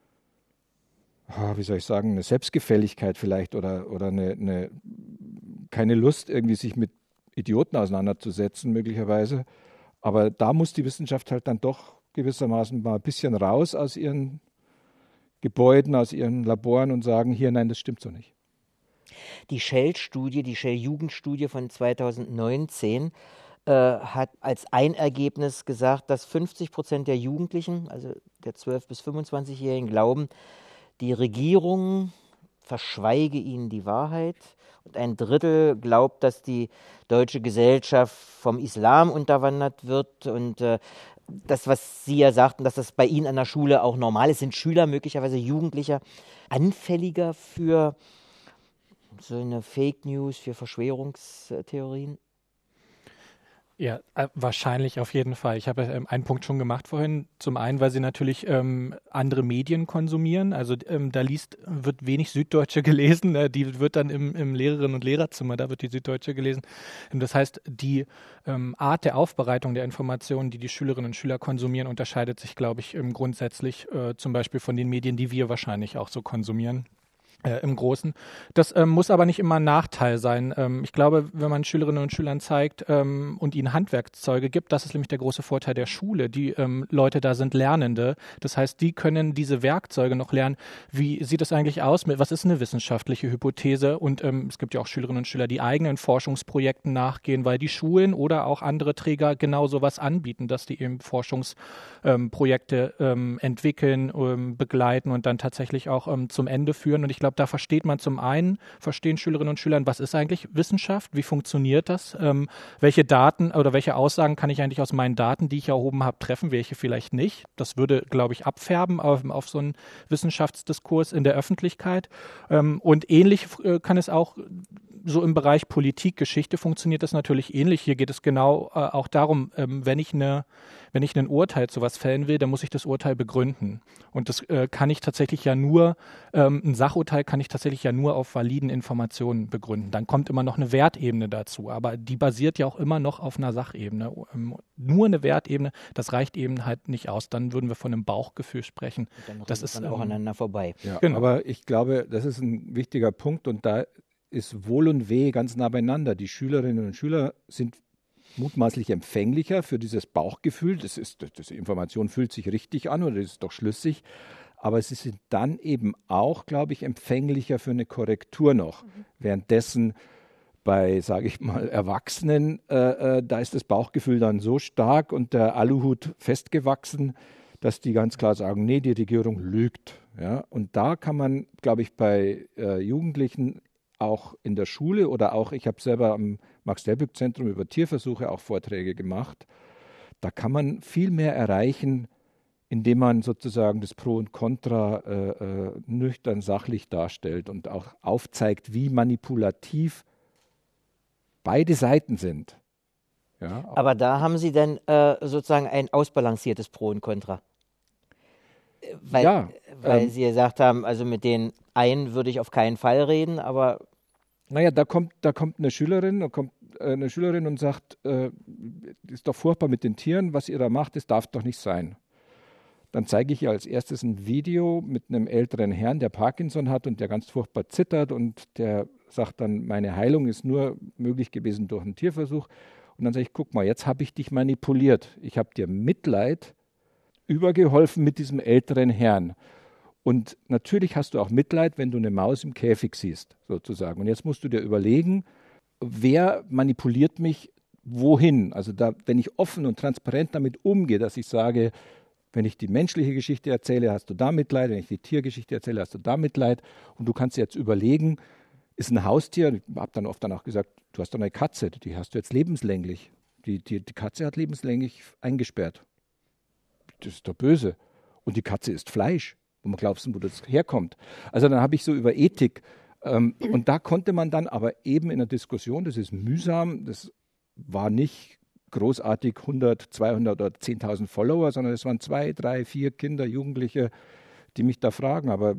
wie soll ich sagen, eine Selbstgefälligkeit vielleicht oder, oder eine, eine, keine Lust, irgendwie sich mit Idioten auseinanderzusetzen, möglicherweise. Aber da muss die Wissenschaft halt dann doch gewissermaßen mal ein bisschen raus aus ihren Gebäuden, aus ihren Laboren und sagen, hier, nein, das stimmt so nicht. Die Shell-Studie, die Shell-Jugendstudie von zweitausendneunzehn, äh, hat als ein Ergebnis gesagt, dass fünfzig Prozent der Jugendlichen, also der zwölf- bis fünfundzwanzigjährigen, glauben, die Regierung verschweige ihnen die Wahrheit. Und ein Drittel glaubt, dass die deutsche Gesellschaft vom Islam unterwandert wird. Und äh, das, was Sie ja sagten, dass das bei Ihnen an der Schule auch normal ist, sind Schüler, möglicherweise Jugendliche, anfälliger für so eine Fake News, für Verschwörungstheorien? Ja, äh, wahrscheinlich auf jeden Fall. Ich habe ähm, einen Punkt schon gemacht vorhin. Zum einen, weil sie natürlich ähm, andere Medien konsumieren. Also ähm, da liest, wird wenig Süddeutsche gelesen. Äh, die wird dann im, im Lehrerinnen- und Lehrerzimmer, da wird die Süddeutsche gelesen. Ähm, das heißt, die ähm, Art der Aufbereitung der Informationen, die die Schülerinnen und Schüler konsumieren, unterscheidet sich, glaube ich, ähm, grundsätzlich äh, zum Beispiel von den Medien, die wir wahrscheinlich auch so konsumieren. Äh, im Großen. Das ähm, muss aber nicht immer ein Nachteil sein. Ähm, ich glaube, wenn man Schülerinnen und Schülern zeigt ähm, und ihnen Handwerkszeuge gibt, das ist nämlich der große Vorteil der Schule. Die ähm, Leute da sind Lernende. Das heißt, die können diese Werkzeuge noch lernen. Wie sieht es eigentlich aus? Mit, was ist eine wissenschaftliche Hypothese? Und ähm, es gibt ja auch Schülerinnen und Schüler, die eigenen Forschungsprojekten nachgehen, weil die Schulen oder auch andere Träger genau sowas anbieten, dass die eben Forschungsprojekte ähm, ähm, entwickeln, ähm, begleiten und dann tatsächlich auch ähm, zum Ende führen. Und ich glaube, da versteht man zum einen, verstehen Schülerinnen und Schüler, was ist eigentlich Wissenschaft, wie funktioniert das, ähm, welche Daten oder welche Aussagen kann ich eigentlich aus meinen Daten, die ich erhoben habe, treffen, welche vielleicht nicht. Das würde, glaube ich, abfärben auf, auf so einen Wissenschaftsdiskurs in der Öffentlichkeit. Ähm, und ähnlich äh, kann es auch so im Bereich Politik, Geschichte funktioniert das natürlich ähnlich. Hier geht es genau äh, auch darum, ähm, wenn ich eine, wenn ich ein Urteil zu was fällen will, dann muss ich das Urteil begründen. Und das äh, kann ich tatsächlich ja nur, ähm, ein Sachurteil kann ich tatsächlich ja nur auf validen Informationen begründen. Dann kommt immer noch eine Wertebene dazu, aber die basiert ja auch immer noch auf einer Sachebene. Ähm, nur eine Wertebene, das reicht eben halt nicht aus. Dann würden wir von einem Bauchgefühl sprechen. Dann das ist dann auch ähm, aneinander vorbei. Ja, genau. Aber ich glaube, das ist ein wichtiger Punkt und da ist Wohl und Weh ganz nah beieinander. Die Schülerinnen und Schüler sind mutmaßlich empfänglicher für dieses Bauchgefühl. Das ist, das, die Information fühlt sich richtig an oder das ist doch schlüssig. Aber sie sind dann eben auch, glaube ich, empfänglicher für eine Korrektur noch. Mhm. Währenddessen bei, sage ich mal, Erwachsenen, äh, äh, da ist das Bauchgefühl dann so stark und der Aluhut festgewachsen, dass die ganz klar sagen, nee, die Regierung lügt. Ja? Und da kann man, glaube ich, bei äh, Jugendlichen auch in der Schule oder auch, ich habe selber am Max-Delbrück-Zentrum über Tierversuche auch Vorträge gemacht, da kann man viel mehr erreichen, indem man sozusagen das Pro und Contra äh, äh, nüchtern sachlich darstellt und auch aufzeigt, wie manipulativ beide Seiten sind. Ja, aber da haben Sie dann äh, sozusagen ein ausbalanciertes Pro und Contra. Weil, ja, weil ähm, Sie gesagt haben, also mit den einen würde ich auf keinen Fall reden, aber Naja, da kommt, da kommt eine Schülerin, da kommt äh, eine Schülerin und sagt, äh, ist doch furchtbar mit den Tieren, was ihr da macht, das darf doch nicht sein. Dann zeige ich ihr als erstes ein Video mit einem älteren Herrn, der Parkinson hat und der ganz furchtbar zittert und der sagt dann, meine Heilung ist nur möglich gewesen durch einen Tierversuch. Und dann sage ich, guck mal, jetzt habe ich dich manipuliert. Ich habe dir Mitleid übergeholfen mit diesem älteren Herrn. Und natürlich hast du auch Mitleid, wenn du eine Maus im Käfig siehst, sozusagen. Und jetzt musst du dir überlegen, wer manipuliert mich wohin? Also da, wenn ich offen und transparent damit umgehe, dass ich sage, wenn ich die menschliche Geschichte erzähle, hast du da Mitleid, wenn ich die Tiergeschichte erzähle, hast du da Mitleid. Und du kannst dir jetzt überlegen, ist ein Haustier, ich habe dann oft danach gesagt, du hast doch eine Katze, die hast du jetzt lebenslänglich. Die, die, die Katze hat lebenslänglich eingesperrt. Das ist doch böse. Und die Katze isst Fleisch. Wo man glaubt, wo das herkommt. Also dann habe ich so über Ethik Ähm, und da konnte man dann aber eben in der Diskussion, das ist mühsam, das war nicht großartig hundert, zweihundert oder zehntausend Follower, sondern es waren zwei, drei, vier Kinder, Jugendliche, die mich da fragen. Aber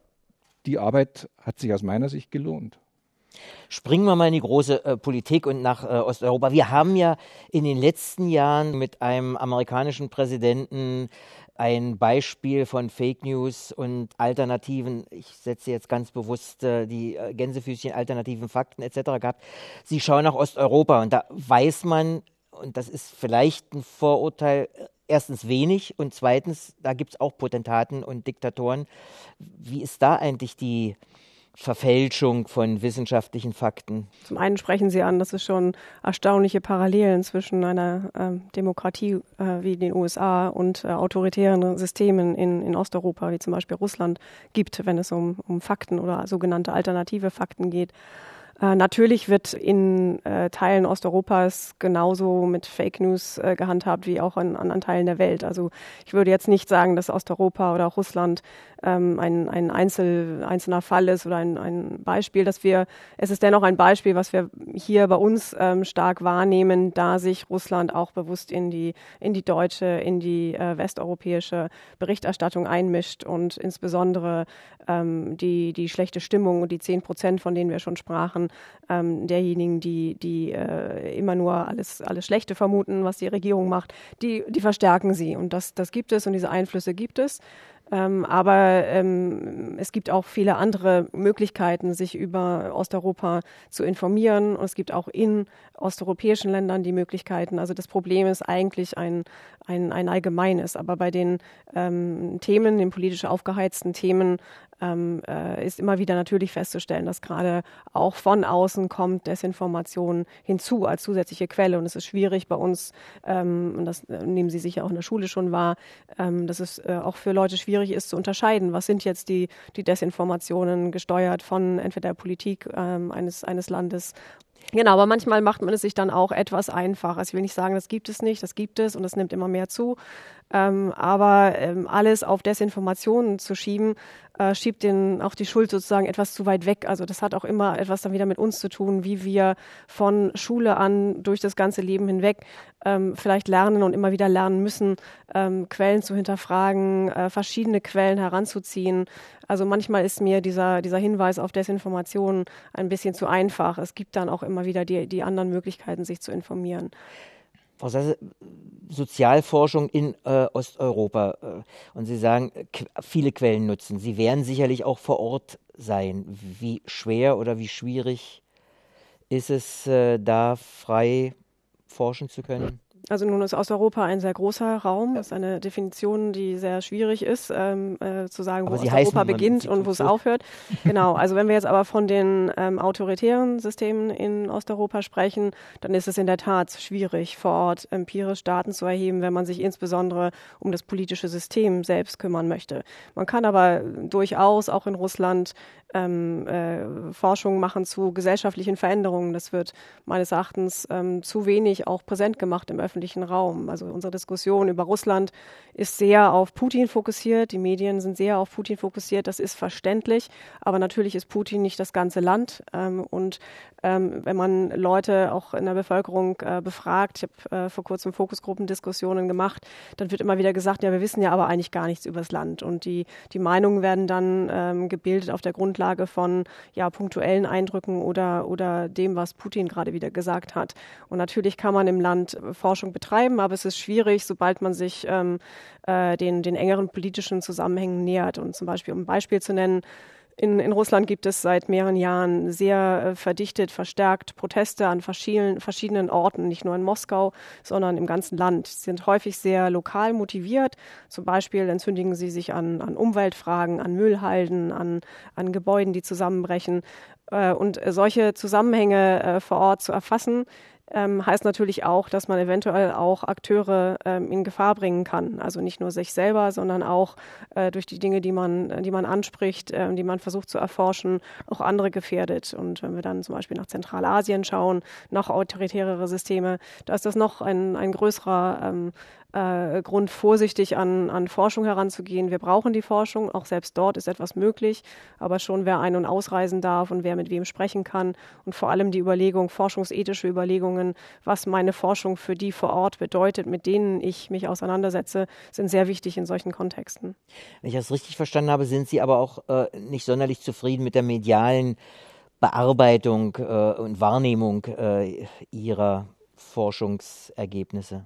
die Arbeit hat sich aus meiner Sicht gelohnt. Springen wir mal in die große äh, Politik und nach äh, Osteuropa. Wir haben ja in den letzten Jahren mit einem amerikanischen Präsidenten ein Beispiel von Fake News und alternativen, ich setze jetzt ganz bewusst äh, die äh, Gänsefüßchen, alternativen Fakten et cetera gehabt. Sie schauen nach Osteuropa und da weiß man, und das ist vielleicht ein Vorurteil, erstens wenig und zweitens, da gibt es auch Potentaten und Diktatoren. Wie ist da eigentlich die Verfälschung von wissenschaftlichen Fakten? Zum einen sprechen Sie an, dass es schon erstaunliche Parallelen zwischen einer ähm, Demokratie äh, wie den U S A und äh, autoritären Systemen in, in Osteuropa, wie zum Beispiel Russland, gibt, wenn es um, um Fakten oder sogenannte alternative Fakten geht. Äh, natürlich wird in äh, Teilen Osteuropas genauso mit Fake News äh, gehandhabt wie auch in anderen Teilen der Welt. Also ich würde jetzt nicht sagen, dass Osteuropa oder auch Russland ähm, ein, ein Einzel, einzelner Fall ist oder ein, ein Beispiel, dass wir, es ist dennoch ein Beispiel, was wir hier bei uns ähm, stark wahrnehmen, da sich Russland auch bewusst in die, in die deutsche, in die äh, westeuropäische Berichterstattung einmischt und insbesondere ähm, die, die schlechte Stimmung und die zehn Prozent, von denen wir schon sprachen, ähm, derjenigen, die, die äh, immer nur alles, alles Schlechte vermuten, was die Regierung macht, die, die verstärken sie. Und das, das gibt es und diese Einflüsse gibt es. Ähm, aber ähm, es gibt auch viele andere Möglichkeiten, sich über Osteuropa zu informieren. Und es gibt auch in osteuropäischen Ländern die Möglichkeiten. Also das Problem ist eigentlich ein, ein, ein allgemeines. Aber bei den ähm, Themen, den politisch aufgeheizten Themen, ähm, äh, ist immer wieder natürlich festzustellen, dass gerade auch von außen kommt Desinformation hinzu als zusätzliche Quelle. Und es ist schwierig bei uns, ähm, und das nehmen Sie sicher auch in der Schule schon wahr, ähm, dass es äh, auch für Leute schwierig ist zu unterscheiden, was sind jetzt die, die Desinformationen gesteuert von entweder der Politik ähm, eines, eines Landes. Genau, aber manchmal macht man es sich dann auch etwas einfacher. Also ich will nicht sagen, das gibt es nicht, das gibt es und es nimmt immer mehr zu. Ähm, aber ähm, alles auf Desinformationen zu schieben, äh, schiebt den, auch die Schuld sozusagen etwas zu weit weg. Also das hat auch immer etwas dann wieder mit uns zu tun, wie wir von Schule an durch das ganze Leben hinweg ähm, vielleicht lernen und immer wieder lernen müssen, ähm, Quellen zu hinterfragen, äh, verschiedene Quellen heranzuziehen. Also manchmal ist mir dieser, dieser Hinweis auf Desinformation ein bisschen zu einfach. Es gibt dann auch immer wieder die, die anderen Möglichkeiten, sich zu informieren. Frau Sasse, Sozialforschung in äh, Osteuropa äh, und Sie sagen, k- viele Quellen nutzen. Sie werden sicherlich auch vor Ort sein. Wie schwer oder wie schwierig ist es, äh, da frei forschen zu können? Also nun ist Osteuropa ein sehr großer Raum. Das ist eine Definition, die sehr schwierig ist, ähm, äh, zu sagen, aber wo Sie Osteuropa heißen, beginnt und wo es aufhört. Genau, also wenn wir jetzt aber von den ähm, autoritären Systemen in Osteuropa sprechen, dann ist es in der Tat schwierig, vor Ort empirisch Daten zu erheben, wenn man sich insbesondere um das politische System selbst kümmern möchte. Man kann aber durchaus auch in Russland ähm, äh, Forschung machen zu gesellschaftlichen Veränderungen. Das wird meines Erachtens ähm, zu wenig auch präsent gemacht im öffentlichen Raum. Also unsere Diskussion über Russland ist sehr auf Putin fokussiert. Die Medien sind sehr auf Putin fokussiert. Das ist verständlich. Aber natürlich ist Putin nicht das ganze Land. Ähm, und ähm, wenn man Leute auch in der Bevölkerung äh, befragt, ich habe äh, vor kurzem Fokusgruppendiskussionen gemacht, dann wird immer wieder gesagt, ja, wir wissen ja aber eigentlich gar nichts über das Land. Und die, die Meinungen werden dann ähm, gebildet auf der Grundlage von ja, punktuellen Eindrücken oder, oder dem, was Putin gerade wieder gesagt hat. Und natürlich kann man im Land Forschung betreiben, aber es ist schwierig, sobald man sich ähm, äh, den, den engeren politischen Zusammenhängen nähert. Und zum Beispiel, um ein Beispiel zu nennen, In, in Russland gibt es seit mehreren Jahren sehr äh, verdichtet, verstärkt Proteste an verschiedenen, verschiedenen Orten, nicht nur in Moskau, sondern im ganzen Land. Sie sind häufig sehr lokal motiviert. Zum Beispiel entzündigen sie sich an, an Umweltfragen, an Müllhalden, an, an Gebäuden, die zusammenbrechen. Äh, und solche Zusammenhänge äh, vor Ort zu erfassen, ähm, heißt natürlich auch, dass man eventuell auch Akteure ähm, in Gefahr bringen kann. Also nicht nur sich selber, sondern auch äh, durch die Dinge, die man, die man anspricht, äh, die man versucht zu erforschen, auch andere gefährdet. Und wenn wir dann zum Beispiel nach Zentralasien schauen, noch autoritärere Systeme, da ist das noch ein, ein größerer ähm, Äh, Grund, vorsichtig an, an Forschung heranzugehen. Wir brauchen die Forschung, auch selbst dort ist etwas möglich, aber schon wer ein- und ausreisen darf und wer mit wem sprechen kann und vor allem die Überlegung, forschungsethische Überlegungen, was meine Forschung für die vor Ort bedeutet, mit denen ich mich auseinandersetze, sind sehr wichtig in solchen Kontexten. Wenn ich das richtig verstanden habe, sind Sie aber auch äh, nicht sonderlich zufrieden mit der medialen Bearbeitung äh, und Wahrnehmung äh, Ihrer Forschungsergebnisse.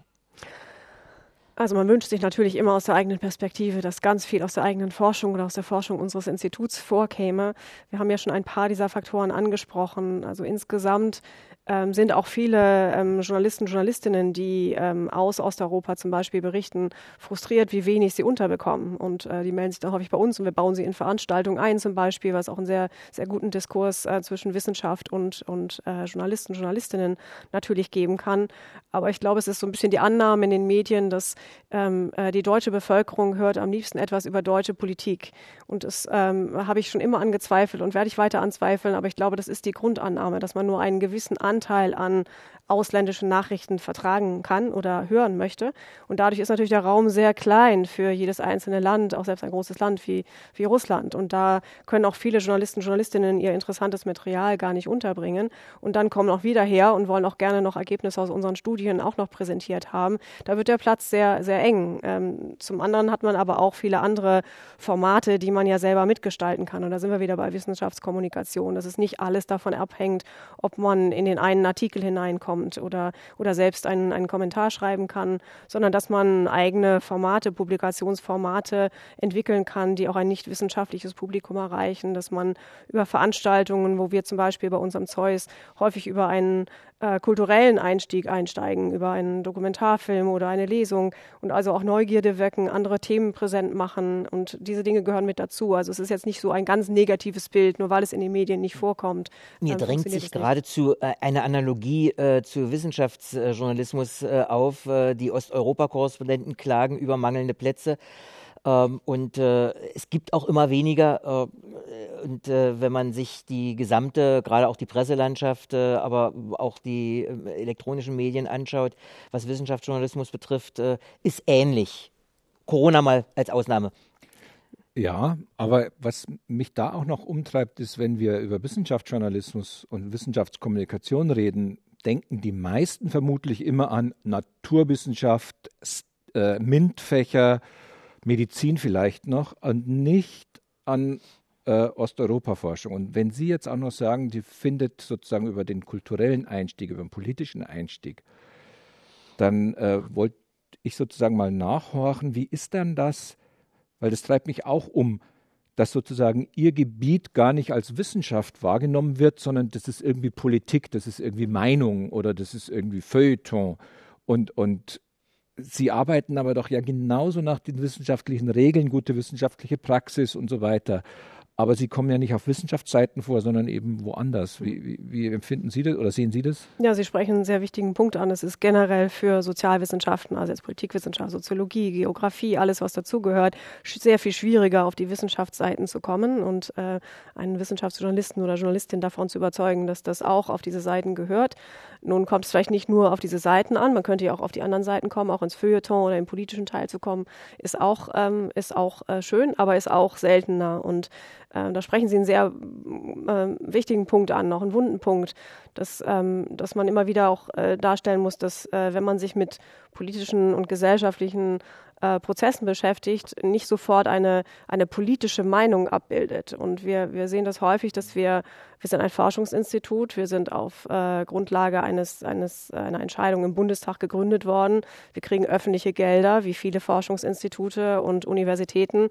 Also man wünscht sich natürlich immer aus der eigenen Perspektive, dass ganz viel aus der eigenen Forschung oder aus der Forschung unseres Instituts vorkäme. Wir haben ja schon ein paar dieser Faktoren angesprochen. Also insgesamt ähm, sind auch viele ähm, Journalisten, Journalistinnen, die ähm, aus Osteuropa zum Beispiel berichten, frustriert, wie wenig sie unterbekommen. Und äh, die melden sich dann häufig bei uns und wir bauen sie in Veranstaltungen ein zum Beispiel, was auch einen sehr, sehr guten Diskurs äh, zwischen Wissenschaft und, und äh, Journalisten, Journalistinnen natürlich geben kann. Aber ich glaube, es ist so ein bisschen die Annahme in den Medien, dass ähm, äh, die deutsche Bevölkerung hört am liebsten etwas über deutsche Politik. Und das ähm, habe ich schon immer angezweifelt und werde ich weiter anzweifeln. Aber ich glaube, das ist die Grundannahme, dass man nur einen gewissen Anteil an ausländischen Nachrichten vertragen kann oder hören möchte. Und dadurch ist natürlich der Raum sehr klein für jedes einzelne Land, auch selbst ein großes Land wie, wie Russland. Und da können auch viele Journalisten, Journalistinnen ihr interessantes Material gar nicht unterbringen. Und dann kommen auch wieder her und wollen auch gerne noch Ergebnisse aus unseren Studien auch noch präsentiert haben. Da wird der Platz sehr, sehr eng. Ähm, zum anderen hat man aber auch viele andere Formate, die man ja selber mitgestalten kann. Und da sind wir wieder bei Wissenschaftskommunikation, dass es nicht alles davon abhängt, ob man in den einen Artikel hineinkommt oder, oder selbst einen, einen Kommentar schreiben kann, sondern dass man eigene Formate, Publikationsformate entwickeln kann, die auch ein nicht wissenschaftliches Publikum erreichen, dass man über Veranstaltungen, wo wir zum Beispiel bei unserem Zeus häufig über einen äh, kulturellen Einstieg einsteigen, über einen Dokumentarfilm oder eine Lesung und also auch Neugierde wecken, andere Themen präsent machen und diese Dinge gehören mit dazu. Also es ist jetzt nicht so ein ganz negatives Bild, nur weil es in den Medien nicht vorkommt. Mir drängt sich geradezu äh, eine Analogie äh, zu Wissenschaftsjournalismus äh, auf. Äh, die Osteuropa-Korrespondenten klagen über mangelnde Plätze. Ähm, und äh, es gibt auch immer weniger. Äh, und äh, wenn man sich die gesamte, gerade auch die Presselandschaft, äh, aber auch die äh, elektronischen Medien anschaut, was Wissenschaftsjournalismus betrifft, äh, ist ähnlich. Corona mal als Ausnahme. Ja, aber was mich da auch noch umtreibt, ist, wenn wir über Wissenschaftsjournalismus und Wissenschaftskommunikation reden, denken die meisten vermutlich immer an Naturwissenschaft, äh, MINT-Fächer, Medizin vielleicht noch und nicht an äh, Osteuropa-Forschung. Und wenn Sie jetzt auch noch sagen, die findet sozusagen über den kulturellen Einstieg, über den politischen Einstieg, dann äh, wollte ich sozusagen mal nachhorchen, wie ist denn das, weil das treibt mich auch um, dass sozusagen Ihr Gebiet gar nicht als Wissenschaft wahrgenommen wird, sondern das ist irgendwie Politik, das ist irgendwie Meinung oder das ist irgendwie Feuilleton. Und, und Sie arbeiten aber doch ja genauso nach den wissenschaftlichen Regeln, gute wissenschaftliche Praxis und so weiter. Aber Sie kommen ja nicht auf Wissenschaftsseiten vor, sondern eben woanders. Wie, wie, wie empfinden Sie das oder sehen Sie das? Ja, Sie sprechen einen sehr wichtigen Punkt an. Es ist generell für Sozialwissenschaften, also jetzt Politikwissenschaft, Soziologie, Geografie, alles, was dazugehört, sehr viel schwieriger, auf die Wissenschaftsseiten zu kommen und äh, einen Wissenschaftsjournalisten oder Journalistin davon zu überzeugen, dass das auch auf diese Seiten gehört. Nun kommt es vielleicht nicht nur auf diese Seiten an, man könnte ja auch auf die anderen Seiten kommen, auch ins Feuilleton oder im politischen Teil zu kommen, ist auch, ähm, ist auch äh, schön, aber ist auch seltener. Und äh, da sprechen Sie einen sehr äh, wichtigen Punkt an, noch einen wunden Punkt, dass, ähm, dass man immer wieder auch äh, darstellen muss, dass äh, wenn man sich mit politischen und gesellschaftlichen äh, Prozessen beschäftigt, nicht sofort eine, eine politische Meinung abbildet. Und wir, wir sehen das häufig, dass wir, wir sind ein Forschungsinstitut, wir sind auf äh, Grundlage eines, eines, einer Entscheidung im Bundestag gegründet worden. Wir kriegen öffentliche Gelder, wie viele Forschungsinstitute und Universitäten.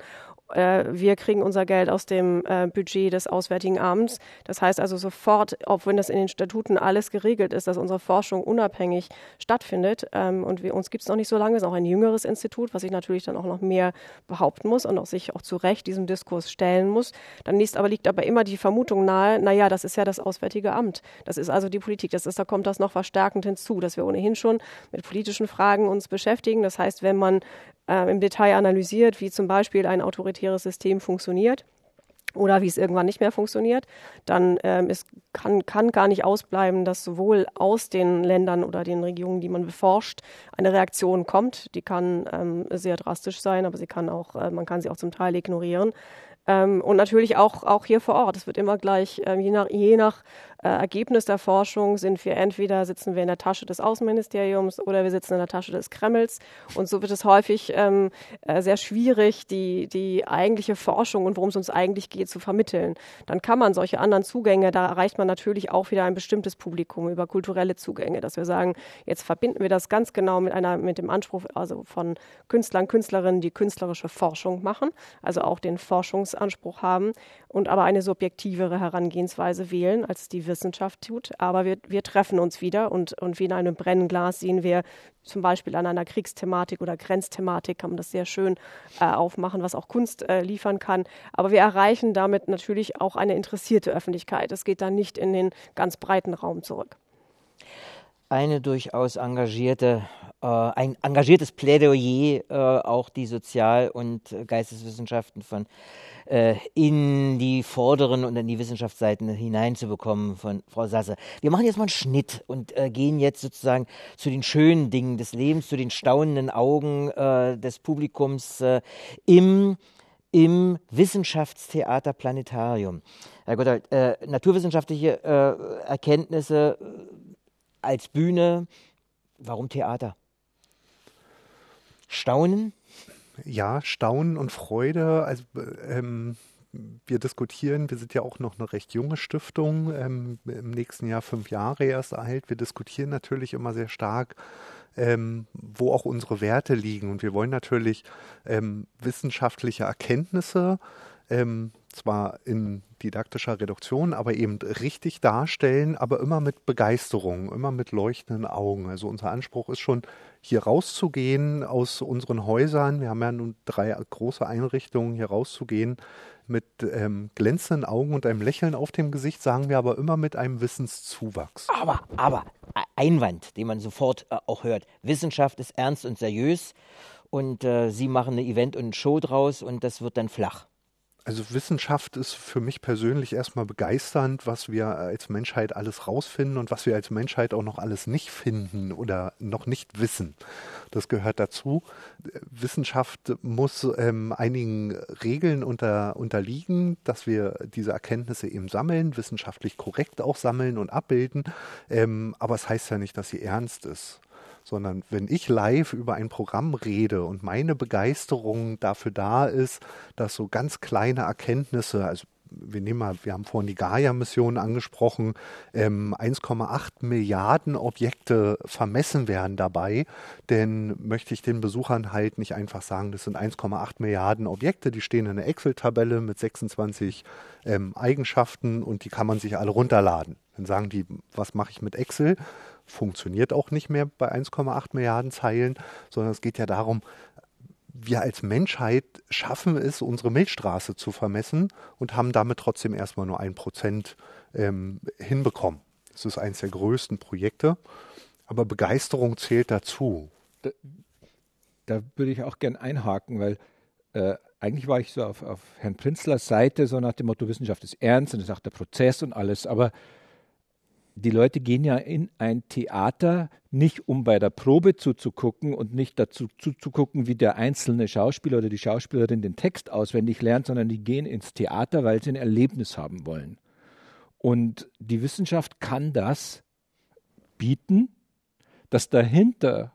Wir kriegen unser Geld aus dem äh, Budget des Auswärtigen Amts. Das heißt also sofort, auch wenn das in den Statuten alles geregelt ist, dass unsere Forschung unabhängig stattfindet. Ähm, und wir, uns gibt es noch nicht so lange, es ist auch ein jüngeres Institut, was sich natürlich dann auch noch mehr behaupten muss und auch sich auch zu Recht diesem Diskurs stellen muss. Dann nächst aber liegt aber immer die Vermutung nahe, naja, das ist ja das Auswärtige Amt. Das ist also die Politik. Das ist, da kommt das noch verstärkend hinzu, dass wir ohnehin schon mit politischen Fragen uns beschäftigen. Das heißt, wenn man äh, im Detail analysiert, wie zum Beispiel ein autoritäres System funktioniert oder wie es irgendwann nicht mehr funktioniert, dann ähm, es kann, kann gar nicht ausbleiben, dass sowohl aus den Ländern oder den Regionen, die man beforscht, eine Reaktion kommt. Die kann ähm, sehr drastisch sein, aber sie kann auch, äh, man kann sie auch zum Teil ignorieren. Ähm, und natürlich auch, auch hier vor Ort. Es wird immer gleich, ähm, je nach, je nach äh, Ergebnis der Forschung sind wir entweder sitzen wir in der Tasche des Außenministeriums oder wir sitzen in der Tasche des Kremls. Und so wird es häufig ähm, äh, sehr schwierig, die, die eigentliche Forschung und worum es uns eigentlich geht, zu vermitteln. Dann kann man solche anderen Zugänge, da erreicht man natürlich auch wieder ein bestimmtes Publikum über kulturelle Zugänge, dass wir sagen, jetzt verbinden wir das ganz genau mit einer, mit dem Anspruch, also von Künstlern, Künstlerinnen, die künstlerische Forschung machen, also auch den Forschungs Anspruch haben und aber eine subjektivere Herangehensweise wählen, als die Wissenschaft tut. Aber wir, wir treffen uns wieder und, und wie in einem Brennglas sehen wir zum Beispiel an einer Kriegsthematik oder Grenzthematik, kann man das sehr schön äh, aufmachen, was auch Kunst äh, liefern kann. Aber wir erreichen damit natürlich auch eine interessierte Öffentlichkeit. Es geht dann nicht in den ganz breiten Raum zurück. Eine durchaus engagierte, äh, ein engagiertes Plädoyer, äh, auch die Sozial- und äh, Geisteswissenschaften von äh, in die vorderen und in die Wissenschaftsseiten hineinzubekommen von Frau Sasse. Wir machen jetzt mal einen Schnitt und äh, gehen jetzt sozusagen zu den schönen Dingen des Lebens, zu den staunenden Augen äh, des Publikums äh, im im Wissenschaftstheater Planetarium. Herr Gotthold, äh, naturwissenschaftliche äh, Erkenntnisse als Bühne, warum Theater? Staunen? Ja, Staunen und Freude. Also ähm, wir diskutieren, wir sind ja auch noch eine recht junge Stiftung, ähm, im nächsten Jahr fünf Jahre erst alt. Wir diskutieren natürlich immer sehr stark, ähm, wo auch unsere Werte liegen. Und wir wollen natürlich ähm, wissenschaftliche Erkenntnisse, ähm, zwar in didaktischer Reduktion, aber eben richtig darstellen, aber immer mit Begeisterung, immer mit leuchtenden Augen. Also unser Anspruch ist schon, hier rauszugehen aus unseren Häusern. Wir haben ja nun drei große Einrichtungen, hier rauszugehen mit ähm, glänzenden Augen und einem Lächeln auf dem Gesicht, sagen wir aber immer mit einem Wissenszuwachs. Aber, aber, Einwand, den man sofort äh, auch hört. Wissenschaft ist ernst und seriös und äh, Sie machen eine Event und eine Show draus und das wird dann flach. Also Wissenschaft ist für mich persönlich erstmal begeisternd, was wir als Menschheit alles rausfinden und was wir als Menschheit auch noch alles nicht finden oder noch nicht wissen. Das gehört dazu. Wissenschaft muss ähm, einigen Regeln unter, unterliegen, dass wir diese Erkenntnisse eben sammeln, wissenschaftlich korrekt auch sammeln und abbilden. Ähm, aber es heißt ja nicht, dass sie ernst ist. Sondern wenn ich live über ein Programm rede und meine Begeisterung dafür da ist, dass so ganz kleine Erkenntnisse, also wir nehmen mal, wir haben vorhin die Gaia-Mission angesprochen, ähm, eins Komma acht Milliarden Objekte vermessen werden dabei, denn möchte ich den Besuchern halt nicht einfach sagen, das sind eins Komma acht Milliarden Objekte, die stehen in einer Excel-Tabelle mit sechsundzwanzig ähm, Eigenschaften und die kann man sich alle runterladen. Dann sagen die, was mache ich mit Excel? Funktioniert auch nicht mehr bei eins Komma acht Milliarden Zeilen, sondern es geht ja darum, wir als Menschheit schaffen es, unsere Milchstraße zu vermessen und haben damit trotzdem erstmal nur ein Prozent ähm, hinbekommen. Das ist eines der größten Projekte, aber Begeisterung zählt dazu. Da, da würde ich auch gern einhaken, weil äh, eigentlich war ich so auf, auf Herrn Prinzlers Seite, so nach dem Motto, Wissenschaft ist ernst und es ist auch der Prozess und alles, aber die Leute gehen ja in ein Theater nicht, um bei der Probe zuzugucken und nicht dazu zuzugucken, wie der einzelne Schauspieler oder die Schauspielerin den Text auswendig lernt, sondern die gehen ins Theater, weil sie ein Erlebnis haben wollen. Und die Wissenschaft kann das bieten, dass dahinter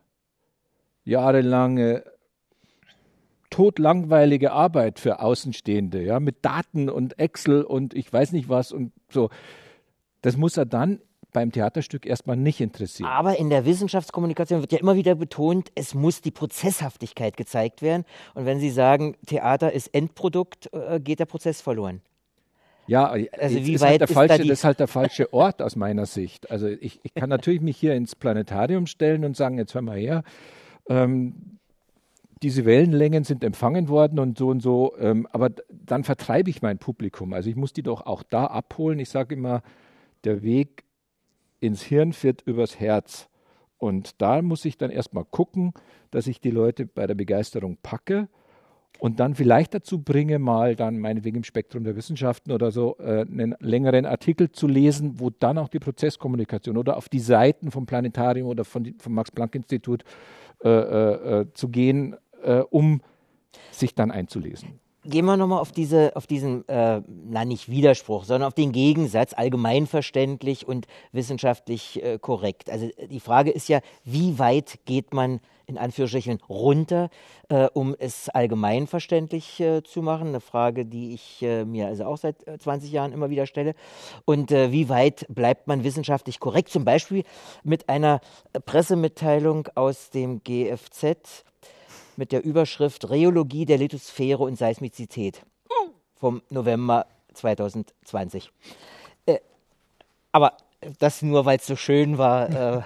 jahrelange totlangweilige Arbeit für Außenstehende, ja, mit Daten und Excel und ich weiß nicht was und so, das muss er dann beim Theaterstück erstmal nicht interessieren. Aber in der Wissenschaftskommunikation wird ja immer wieder betont, es muss die Prozesshaftigkeit gezeigt werden. Und wenn Sie sagen, Theater ist Endprodukt, äh, geht der Prozess verloren. Ja, also wie ist weit halt der ist falsche, da die das ist halt der falsche Ort aus meiner Sicht. Also ich, ich kann natürlich mich hier ins Planetarium stellen und sagen, jetzt hör mal her, ähm, diese Wellenlängen sind empfangen worden und so und so, ähm, aber dann vertreibe ich mein Publikum. Also ich muss die doch auch da abholen. Ich sage immer, der Weg ins Hirn führt übers Herz. Und da muss ich dann erstmal gucken, dass ich die Leute bei der Begeisterung packe und dann vielleicht dazu bringe, mal dann meinetwegen im Spektrum der Wissenschaften oder so äh, einen längeren Artikel zu lesen, wo dann auch die Prozesskommunikation oder auf die Seiten vom Planetarium oder von die, vom Max-Planck-Institut äh, äh, zu gehen, äh, um sich dann einzulesen. Gehen wir nochmal auf, diese, auf diesen, äh, na nicht Widerspruch, sondern auf den Gegensatz, allgemeinverständlich und wissenschaftlich äh, korrekt. Also die Frage ist ja, wie weit geht man in Anführungsstrichen runter, äh, um es allgemeinverständlich äh, zu machen? Eine Frage, die ich äh, mir also auch seit äh, zwanzig Jahren immer wieder stelle. Und äh, wie weit bleibt man wissenschaftlich korrekt? Zum Beispiel mit einer Pressemitteilung aus dem G F Z, mit der Überschrift Rheologie der Lithosphäre und Seismizität vom November zwanzig zwanzig. Äh, aber das nur, weil es so schön war. Äh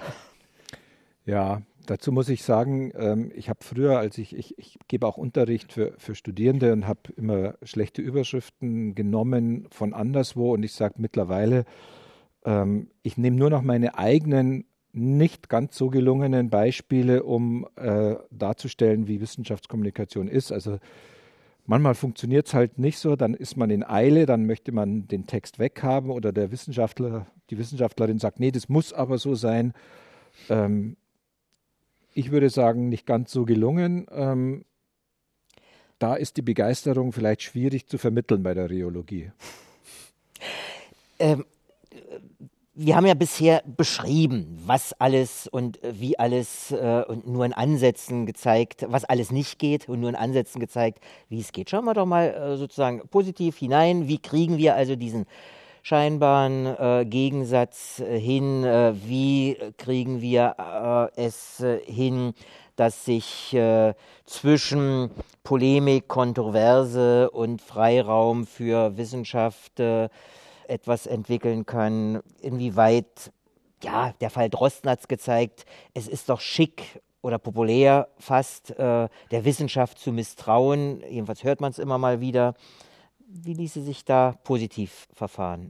ja, dazu muss ich sagen, ähm, ich habe früher, als ich, ich, ich gebe auch Unterricht für, für Studierende und habe immer schlechte Überschriften genommen von anderswo und ich sage mittlerweile, ähm, ich nehme nur noch meine eigenen nicht ganz so gelungenen Beispiele, um äh, darzustellen, wie Wissenschaftskommunikation ist. Also manchmal funktioniert es halt nicht so, dann ist man in Eile, dann möchte man den Text weghaben oder der Wissenschaftler, die Wissenschaftlerin sagt, nee, das muss aber so sein. Ähm, ich würde sagen, nicht ganz so gelungen. Ähm, da ist die Begeisterung vielleicht schwierig zu vermitteln bei der Rheologie. Ähm. Wir haben ja bisher beschrieben, was alles und wie alles äh, und nur in Ansätzen gezeigt, was alles nicht geht und nur in Ansätzen gezeigt, wie es geht. Schauen wir doch mal äh, sozusagen positiv hinein. Wie kriegen wir also diesen scheinbaren äh, Gegensatz äh, hin? Äh, wie kriegen wir äh, es äh, hin, dass sich äh, zwischen Polemik, Kontroverse und Freiraum für Wissenschaft äh, etwas entwickeln kann, inwieweit, ja, der Fall Drosten hat es gezeigt, es ist doch schick oder populär fast, äh, der Wissenschaft zu misstrauen, jedenfalls hört man es immer mal wieder. Wie ließe sich da positiv verfahren?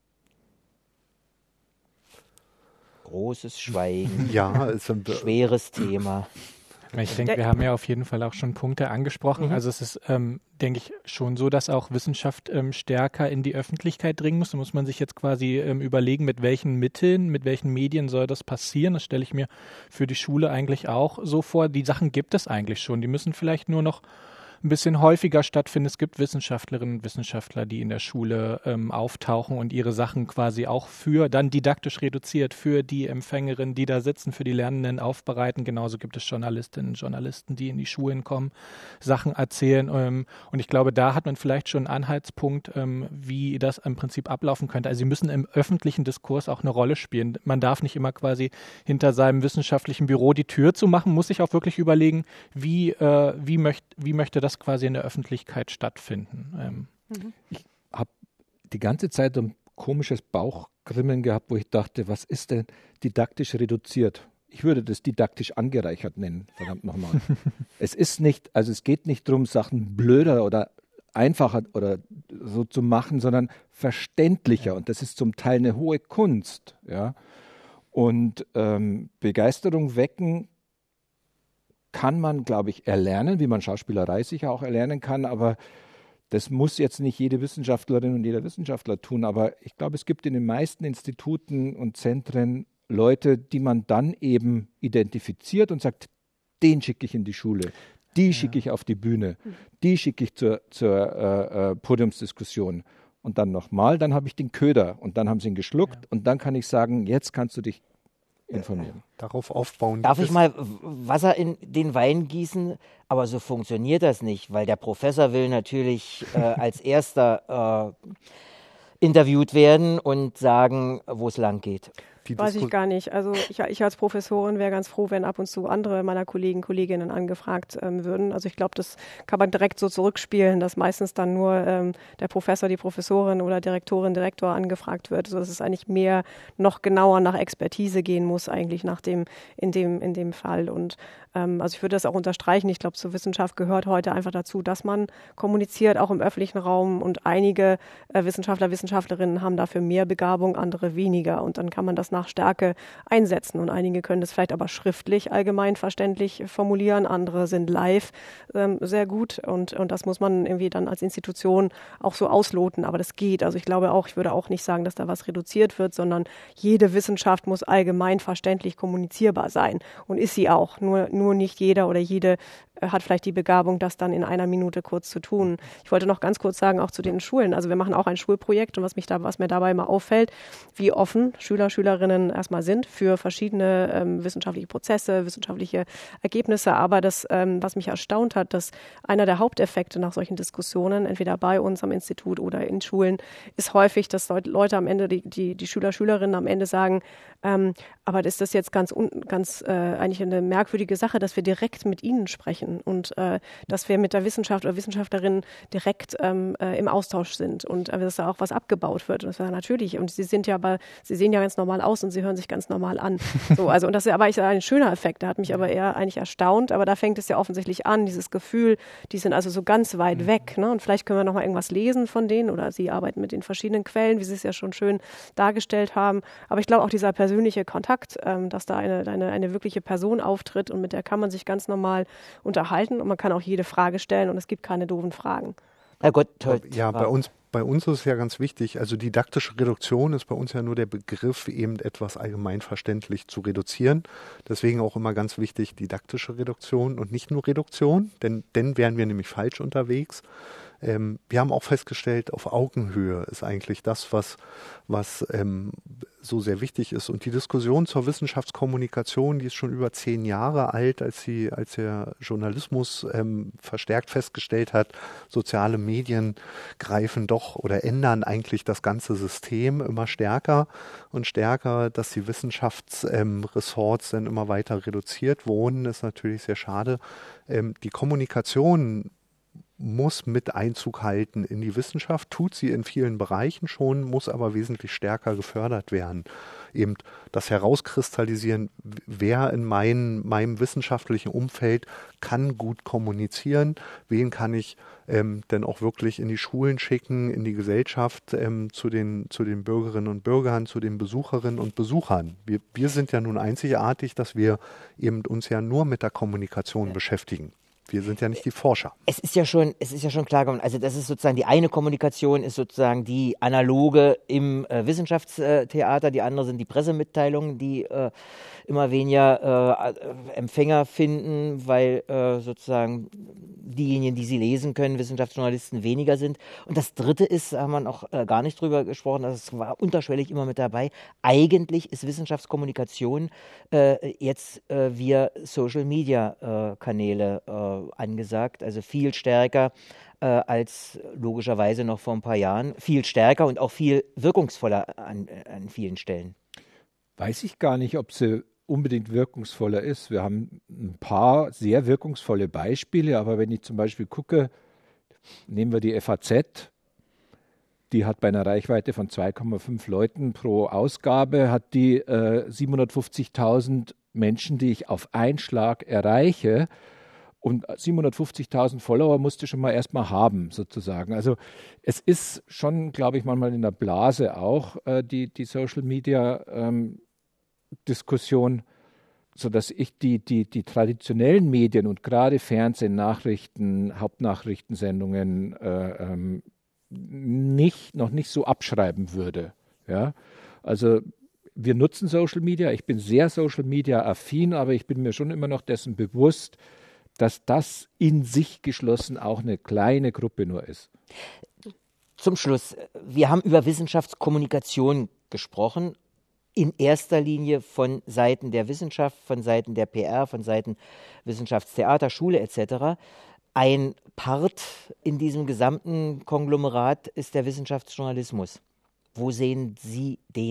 Großes Schweigen, ja, ist ein schweres Thema. Ich denke, wir haben ja auf jeden Fall auch schon Punkte angesprochen. Mhm. Also es ist, ähm, denke ich, schon so, dass auch Wissenschaft ähm, stärker in die Öffentlichkeit dringen muss. Da muss man sich jetzt quasi ähm, überlegen, mit welchen Mitteln, mit welchen Medien soll das passieren. Das stelle ich mir für die Schule eigentlich auch so vor. Die Sachen gibt es eigentlich schon. Die müssen vielleicht nur noch ein bisschen häufiger stattfinden. Es gibt Wissenschaftlerinnen und Wissenschaftler, die in der Schule ähm, auftauchen und ihre Sachen quasi auch für, dann didaktisch reduziert, für die Empfängerinnen, die da sitzen, für die Lernenden aufbereiten. Genauso gibt es Journalistinnen und Journalisten, die in die Schulen kommen, Sachen erzählen. Ähm, und ich glaube, da hat man vielleicht schon einen Anhaltspunkt, ähm, wie das im Prinzip ablaufen könnte. Also sie müssen im öffentlichen Diskurs auch eine Rolle spielen. Man darf nicht immer quasi hinter seinem wissenschaftlichen Büro die Tür zu machen, muss sich auch wirklich überlegen, wie, äh, wie, möcht, wie möchte das quasi in der Öffentlichkeit stattfinden. Ähm. Mhm. Ich habe die ganze Zeit ein komisches Bauchgrimmen gehabt, wo ich dachte, was ist denn didaktisch reduziert? Ich würde das didaktisch angereichert nennen, verdammt nochmal. Es ist nicht, also es geht nicht darum, Sachen blöder oder einfacher oder so zu machen, sondern verständlicher. Und das ist zum Teil eine hohe Kunst. Ja? Und ähm, Begeisterung wecken kann man, glaube ich, erlernen, wie man Schauspielerei sicher auch erlernen kann, aber das muss jetzt nicht jede Wissenschaftlerin und jeder Wissenschaftler tun, aber ich glaube, es gibt in den meisten Instituten und Zentren Leute, die man dann eben identifiziert und sagt, den schicke ich in die Schule, die ja. schicke ich auf die Bühne, die schicke ich zur, zur äh, äh, Podiumsdiskussion und dann nochmal, dann habe ich den Köder und dann haben sie ihn geschluckt ja. und dann kann ich sagen, jetzt kannst du dich informieren. Darauf aufbauen. Darf ich mal Wasser in den Wein gießen? Aber so funktioniert das nicht, weil der Professor will natürlich äh, als erster äh, interviewt werden und sagen, wo es lang geht. die Weiß Disku- ich gar nicht. Also ich, ich als Professorin wäre ganz froh, wenn ab und zu andere meiner Kollegen, Kolleginnen angefragt ähm, würden. Also ich glaube, das kann man direkt so zurückspielen, dass meistens dann nur ähm, der Professor, die Professorin oder Direktorin, Direktor angefragt wird, sodass es eigentlich mehr noch genauer nach Expertise gehen muss, eigentlich nach dem, in dem, in dem Fall. Und ähm, also ich würde das auch unterstreichen. Ich glaube, zur Wissenschaft gehört heute einfach dazu, dass man kommuniziert, auch im öffentlichen Raum. Und einige äh, Wissenschaftler, Wissenschaftlerinnen haben dafür mehr Begabung, andere weniger. Und dann kann man das nach Stärke einsetzen. Und einige können das vielleicht aber schriftlich allgemein verständlich formulieren. Andere sind live ähm, sehr gut. Und, und das muss man irgendwie dann als Institution auch so ausloten. Aber das geht. Also ich glaube auch, ich würde auch nicht sagen, dass da was reduziert wird, sondern jede Wissenschaft muss allgemein verständlich kommunizierbar sein. Und ist sie auch. Nur, nur nicht jeder oder jede hat vielleicht die Begabung, das dann in einer Minute kurz zu tun. Ich wollte noch ganz kurz sagen, auch zu den Schulen. Also wir machen auch ein Schulprojekt und was mich da, was mir dabei mal auffällt, wie offen Schüler, Schülerinnen erstmal sind für verschiedene ähm, wissenschaftliche Prozesse, wissenschaftliche Ergebnisse. Aber das, ähm, was mich erstaunt hat, dass einer der Haupteffekte nach solchen Diskussionen, entweder bei uns am Institut oder in Schulen, ist häufig, dass Leute am Ende, die, die, die Schüler, Schülerinnen am Ende sagen, ähm, aber ist das jetzt ganz, ganz äh, eigentlich eine merkwürdige Sache, dass wir direkt mit ihnen sprechen und äh, dass wir mit der Wissenschaft oder Wissenschaftlerinnen direkt ähm, äh, im Austausch sind und äh, dass da auch was abgebaut wird. Und das war natürlich. Und sie sind ja aber, sie sehen ja ganz normal aus und sie hören sich ganz normal an. So, also und das ist aber eigentlich ein schöner Effekt. Der hat mich aber eher eigentlich erstaunt. Aber da fängt es ja offensichtlich an, dieses Gefühl, die sind also so ganz weit weg. Ne? Und vielleicht können wir noch mal irgendwas lesen von denen oder sie arbeiten mit den verschiedenen Quellen, wie sie es ja schon schön dargestellt haben. Aber ich glaube auch dieser persönliche Kontakt, ähm, dass da eine, eine, eine wirkliche Person auftritt und mit der kann man sich ganz normal unterhalten und man kann auch jede Frage stellen und es gibt keine doofen Fragen. Herr Gott, ja, bei uns, bei uns ist es ja ganz wichtig, also didaktische Reduktion ist bei uns ja nur der Begriff, eben etwas allgemeinverständlich zu reduzieren. Deswegen auch immer ganz wichtig, didaktische Reduktion und nicht nur Reduktion, denn dann wären wir nämlich falsch unterwegs. Ähm, wir haben auch festgestellt, auf Augenhöhe ist eigentlich das, was, was ähm, so sehr wichtig ist. Und die Diskussion zur Wissenschaftskommunikation, die ist schon über zehn Jahre alt, als, sie, als der Journalismus ähm, verstärkt festgestellt hat, soziale Medien greifen doch oder ändern eigentlich das ganze System immer stärker und stärker, dass die Wissenschaftsressorts ähm, dann immer weiter reduziert wurden, ist natürlich sehr schade. Ähm, die Kommunikation muss mit Einzug halten in die Wissenschaft, tut sie in vielen Bereichen schon, muss aber wesentlich stärker gefördert werden. Eben das Herauskristallisieren, wer in mein, meinem wissenschaftlichen Umfeld kann gut kommunizieren, wen kann ich ähm, denn auch wirklich in die Schulen schicken, in die Gesellschaft, ähm, zu den, zu den Bürgerinnen und Bürgern, zu den Besucherinnen und Besuchern. Wir, wir sind ja nun einzigartig, dass wir eben uns ja nur mit der Kommunikation beschäftigen. Wir sind ja nicht die Forscher. Es ist ja schon, es ist ja schon klar geworden, also das ist sozusagen die eine Kommunikation, ist sozusagen die analoge im äh, Wissenschaftstheater, die andere sind die Pressemitteilungen, die äh, immer weniger äh, Empfänger finden, weil äh, sozusagen diejenigen, die sie lesen können, Wissenschaftsjournalisten weniger sind. Und das Dritte ist, da haben wir noch äh, gar nicht drüber gesprochen, das war unterschwellig immer mit dabei, eigentlich ist Wissenschaftskommunikation äh, jetzt äh, via Social-Media-Kanäle äh, angesagt, also viel stärker äh, als logischerweise noch vor ein paar Jahren, viel stärker und auch viel wirkungsvoller an, an vielen Stellen. Weiß ich gar nicht, ob sie unbedingt wirkungsvoller ist. Wir haben ein paar sehr wirkungsvolle Beispiele, aber wenn ich zum Beispiel gucke, nehmen wir die F A Z, die hat bei einer Reichweite von zwei Komma fünf Leuten pro Ausgabe, hat die äh, siebenhundertfünfzigtausend Menschen, die ich auf einen Schlag erreiche. Und siebenhundertfünfzigtausend Follower musste schon mal erstmal haben, sozusagen. Also es ist schon, glaube ich, manchmal in der Blase auch äh, die, die Social-Media-Diskussion, ähm, sodass ich die, die, die traditionellen Medien und gerade Fernsehen, Nachrichten, Hauptnachrichtensendungen äh, ähm, nicht, noch nicht so abschreiben würde. Ja? Also wir nutzen Social Media, ich bin sehr Social Media affin, aber ich bin mir schon immer noch dessen bewusst, dass das in sich geschlossen auch eine kleine Gruppe nur ist. Zum Schluss, wir haben über Wissenschaftskommunikation gesprochen, in erster Linie von Seiten der Wissenschaft, von Seiten der P R, von Seiten Wissenschaftstheater, Schule et cetera. Ein Part in diesem gesamten Konglomerat ist der Wissenschaftsjournalismus. Wo sehen Sie den?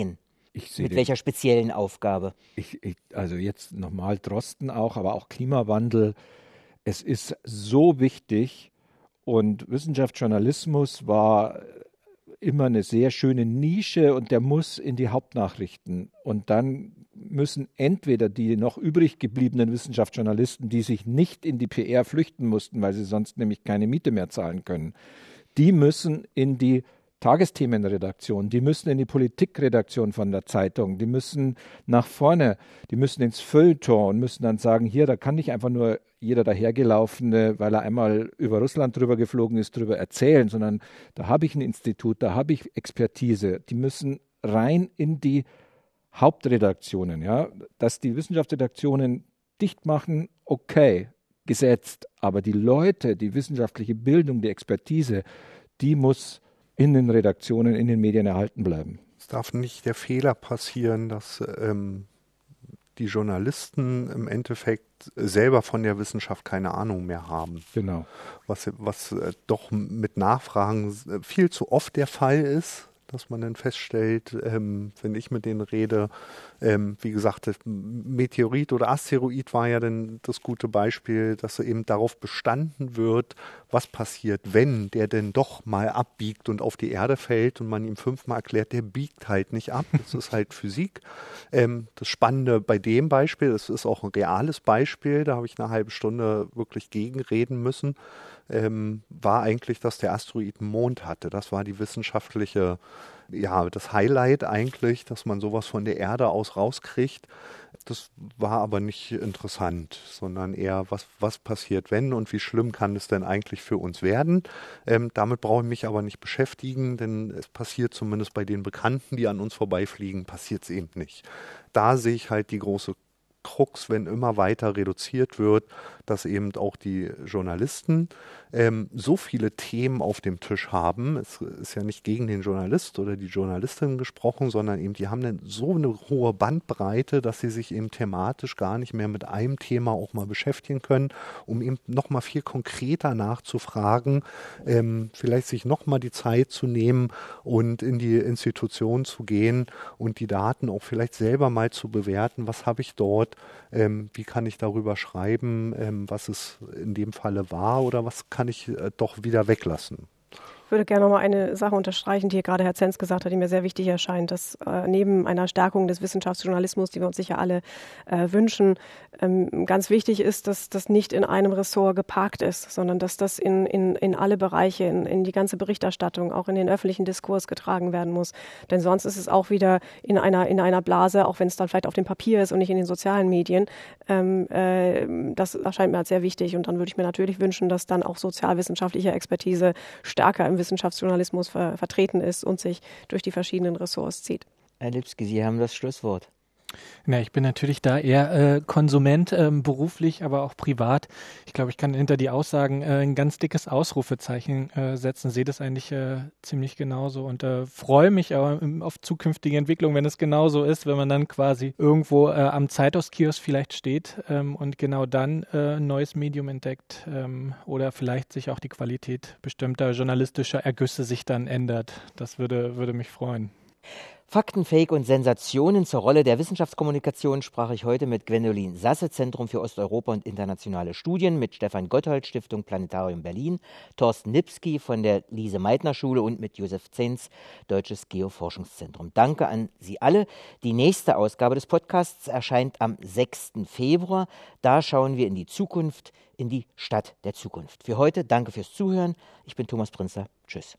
Ich sehe Mit den, welcher speziellen Aufgabe? ich, ich, also jetzt nochmal Drosten auch, aber auch Klimawandel. Es ist so wichtig und Wissenschaftsjournalismus war immer eine sehr schöne Nische und der muss in die Hauptnachrichten. Und dann müssen entweder die noch übrig gebliebenen Wissenschaftsjournalisten, die sich nicht in die P R flüchten mussten, weil sie sonst nämlich keine Miete mehr zahlen können, die müssen in die Tagesthemenredaktion, die müssen in die Politikredaktion von der Zeitung, die müssen nach vorne, die müssen ins Feuilleton und müssen dann sagen, hier, da kann nicht einfach nur jeder dahergelaufene, weil er einmal über Russland drüber geflogen ist, drüber erzählen, sondern da habe ich ein Institut, da habe ich Expertise. Die müssen rein in die Hauptredaktionen, ja, dass die Wissenschaftsredaktionen dicht machen, okay, gesetzt, aber die Leute, die wissenschaftliche Bildung, die Expertise, die muss in den Redaktionen, in den Medien erhalten bleiben. Es darf nicht der Fehler passieren, dass ähm, die Journalisten im Endeffekt selber von der Wissenschaft keine Ahnung mehr haben. Genau. Was, was äh, doch mit Nachfragen viel zu oft der Fall ist, dass man dann feststellt, ähm, wenn ich mit denen rede, ähm, wie gesagt, das Meteorit oder Asteroid war ja dann das gute Beispiel, dass eben darauf bestanden wird, was passiert, wenn der denn doch mal abbiegt und auf die Erde fällt und man ihm fünfmal erklärt, der biegt halt nicht ab. Das ist halt Physik. Ähm, das Spannende bei dem Beispiel, das ist auch ein reales Beispiel, da habe ich eine halbe Stunde wirklich gegenreden müssen, ähm, war eigentlich, dass der Asteroid einen Mond hatte. Das war die wissenschaftliche, ja, das Highlight eigentlich, dass man sowas von der Erde aus rauskriegt. Das war aber nicht interessant, sondern eher, was, was passiert, wenn und wie schlimm kann es denn eigentlich für uns werden. Ähm, damit brauche ich mich aber nicht beschäftigen, denn es passiert zumindest bei den Bekannten, die an uns vorbeifliegen, passiert es eben nicht. Da sehe ich halt die große Krux, wenn immer weiter reduziert wird, dass eben auch die Journalisten ähm, so viele Themen auf dem Tisch haben. Es ist ja nicht gegen den Journalist oder die Journalistin gesprochen, sondern eben die haben dann so eine hohe Bandbreite, dass sie sich eben thematisch gar nicht mehr mit einem Thema auch mal beschäftigen können, um eben nochmal viel konkreter nachzufragen, ähm, vielleicht sich nochmal die Zeit zu nehmen und in die Institution zu gehen und die Daten auch vielleicht selber mal zu bewerten, was habe ich dort, ähm, wie kann ich darüber schreiben, ähm, was es in dem Falle war oder was kann ich äh, doch wieder weglassen. Ich würde gerne noch mal eine Sache unterstreichen, die hier gerade Herr Zenz gesagt hat, die mir sehr wichtig erscheint, dass äh, neben einer Stärkung des Wissenschaftsjournalismus, die wir uns sicher alle äh, wünschen, ähm, ganz wichtig ist, dass das nicht in einem Ressort geparkt ist, sondern dass das in, in, in alle Bereiche, in, in die ganze Berichterstattung, auch in den öffentlichen Diskurs getragen werden muss. Denn sonst ist es auch wieder in einer, in einer Blase, auch wenn es dann vielleicht auf dem Papier ist und nicht in den sozialen Medien. Ähm, äh, das erscheint mir als sehr wichtig. Und dann würde ich mir natürlich wünschen, dass dann auch sozialwissenschaftliche Expertise stärker im Wissenschaftsjournalismus ver- vertreten ist und sich durch die verschiedenen Ressorts zieht. Herr Lipski, Sie haben das Schlusswort. Na, ich bin natürlich da eher äh, Konsument, ähm, beruflich, aber auch privat. Ich glaube, ich kann hinter die Aussagen äh, ein ganz dickes Ausrufezeichen äh, setzen, sehe das eigentlich äh, ziemlich genauso und äh, freue mich aber auf zukünftige Entwicklung, wenn es genauso ist, wenn man dann quasi irgendwo äh, am Zeitungskiosk vielleicht steht ähm, und genau dann äh, ein neues Medium entdeckt ähm, oder vielleicht sich auch die Qualität bestimmter journalistischer Ergüsse sich dann ändert. Das würde, würde mich freuen. Fakten, Fake und Sensationen zur Rolle der Wissenschaftskommunikation sprach ich heute mit Gwendolin Sasse, Zentrum für Osteuropa und internationale Studien, mit Stefan Gotthold, Stiftung Planetarium Berlin, Thorsten Lipski von der Lise-Meitner-Schule und mit Josef Zenz, Deutsches Geoforschungszentrum. Danke an Sie alle. Die nächste Ausgabe des Podcasts erscheint am sechsten Februar. Da schauen wir in die Zukunft, in die Stadt der Zukunft. Für heute danke fürs Zuhören. Ich bin Thomas Prinzler. Tschüss.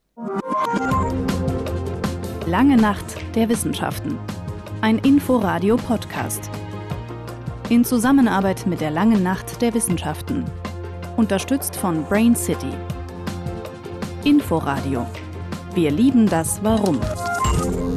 Lange Nacht der Wissenschaften. Ein Inforadio-Podcast. In Zusammenarbeit mit der Langen Nacht der Wissenschaften. Unterstützt von Brain City. Inforadio. Wir lieben das Warum.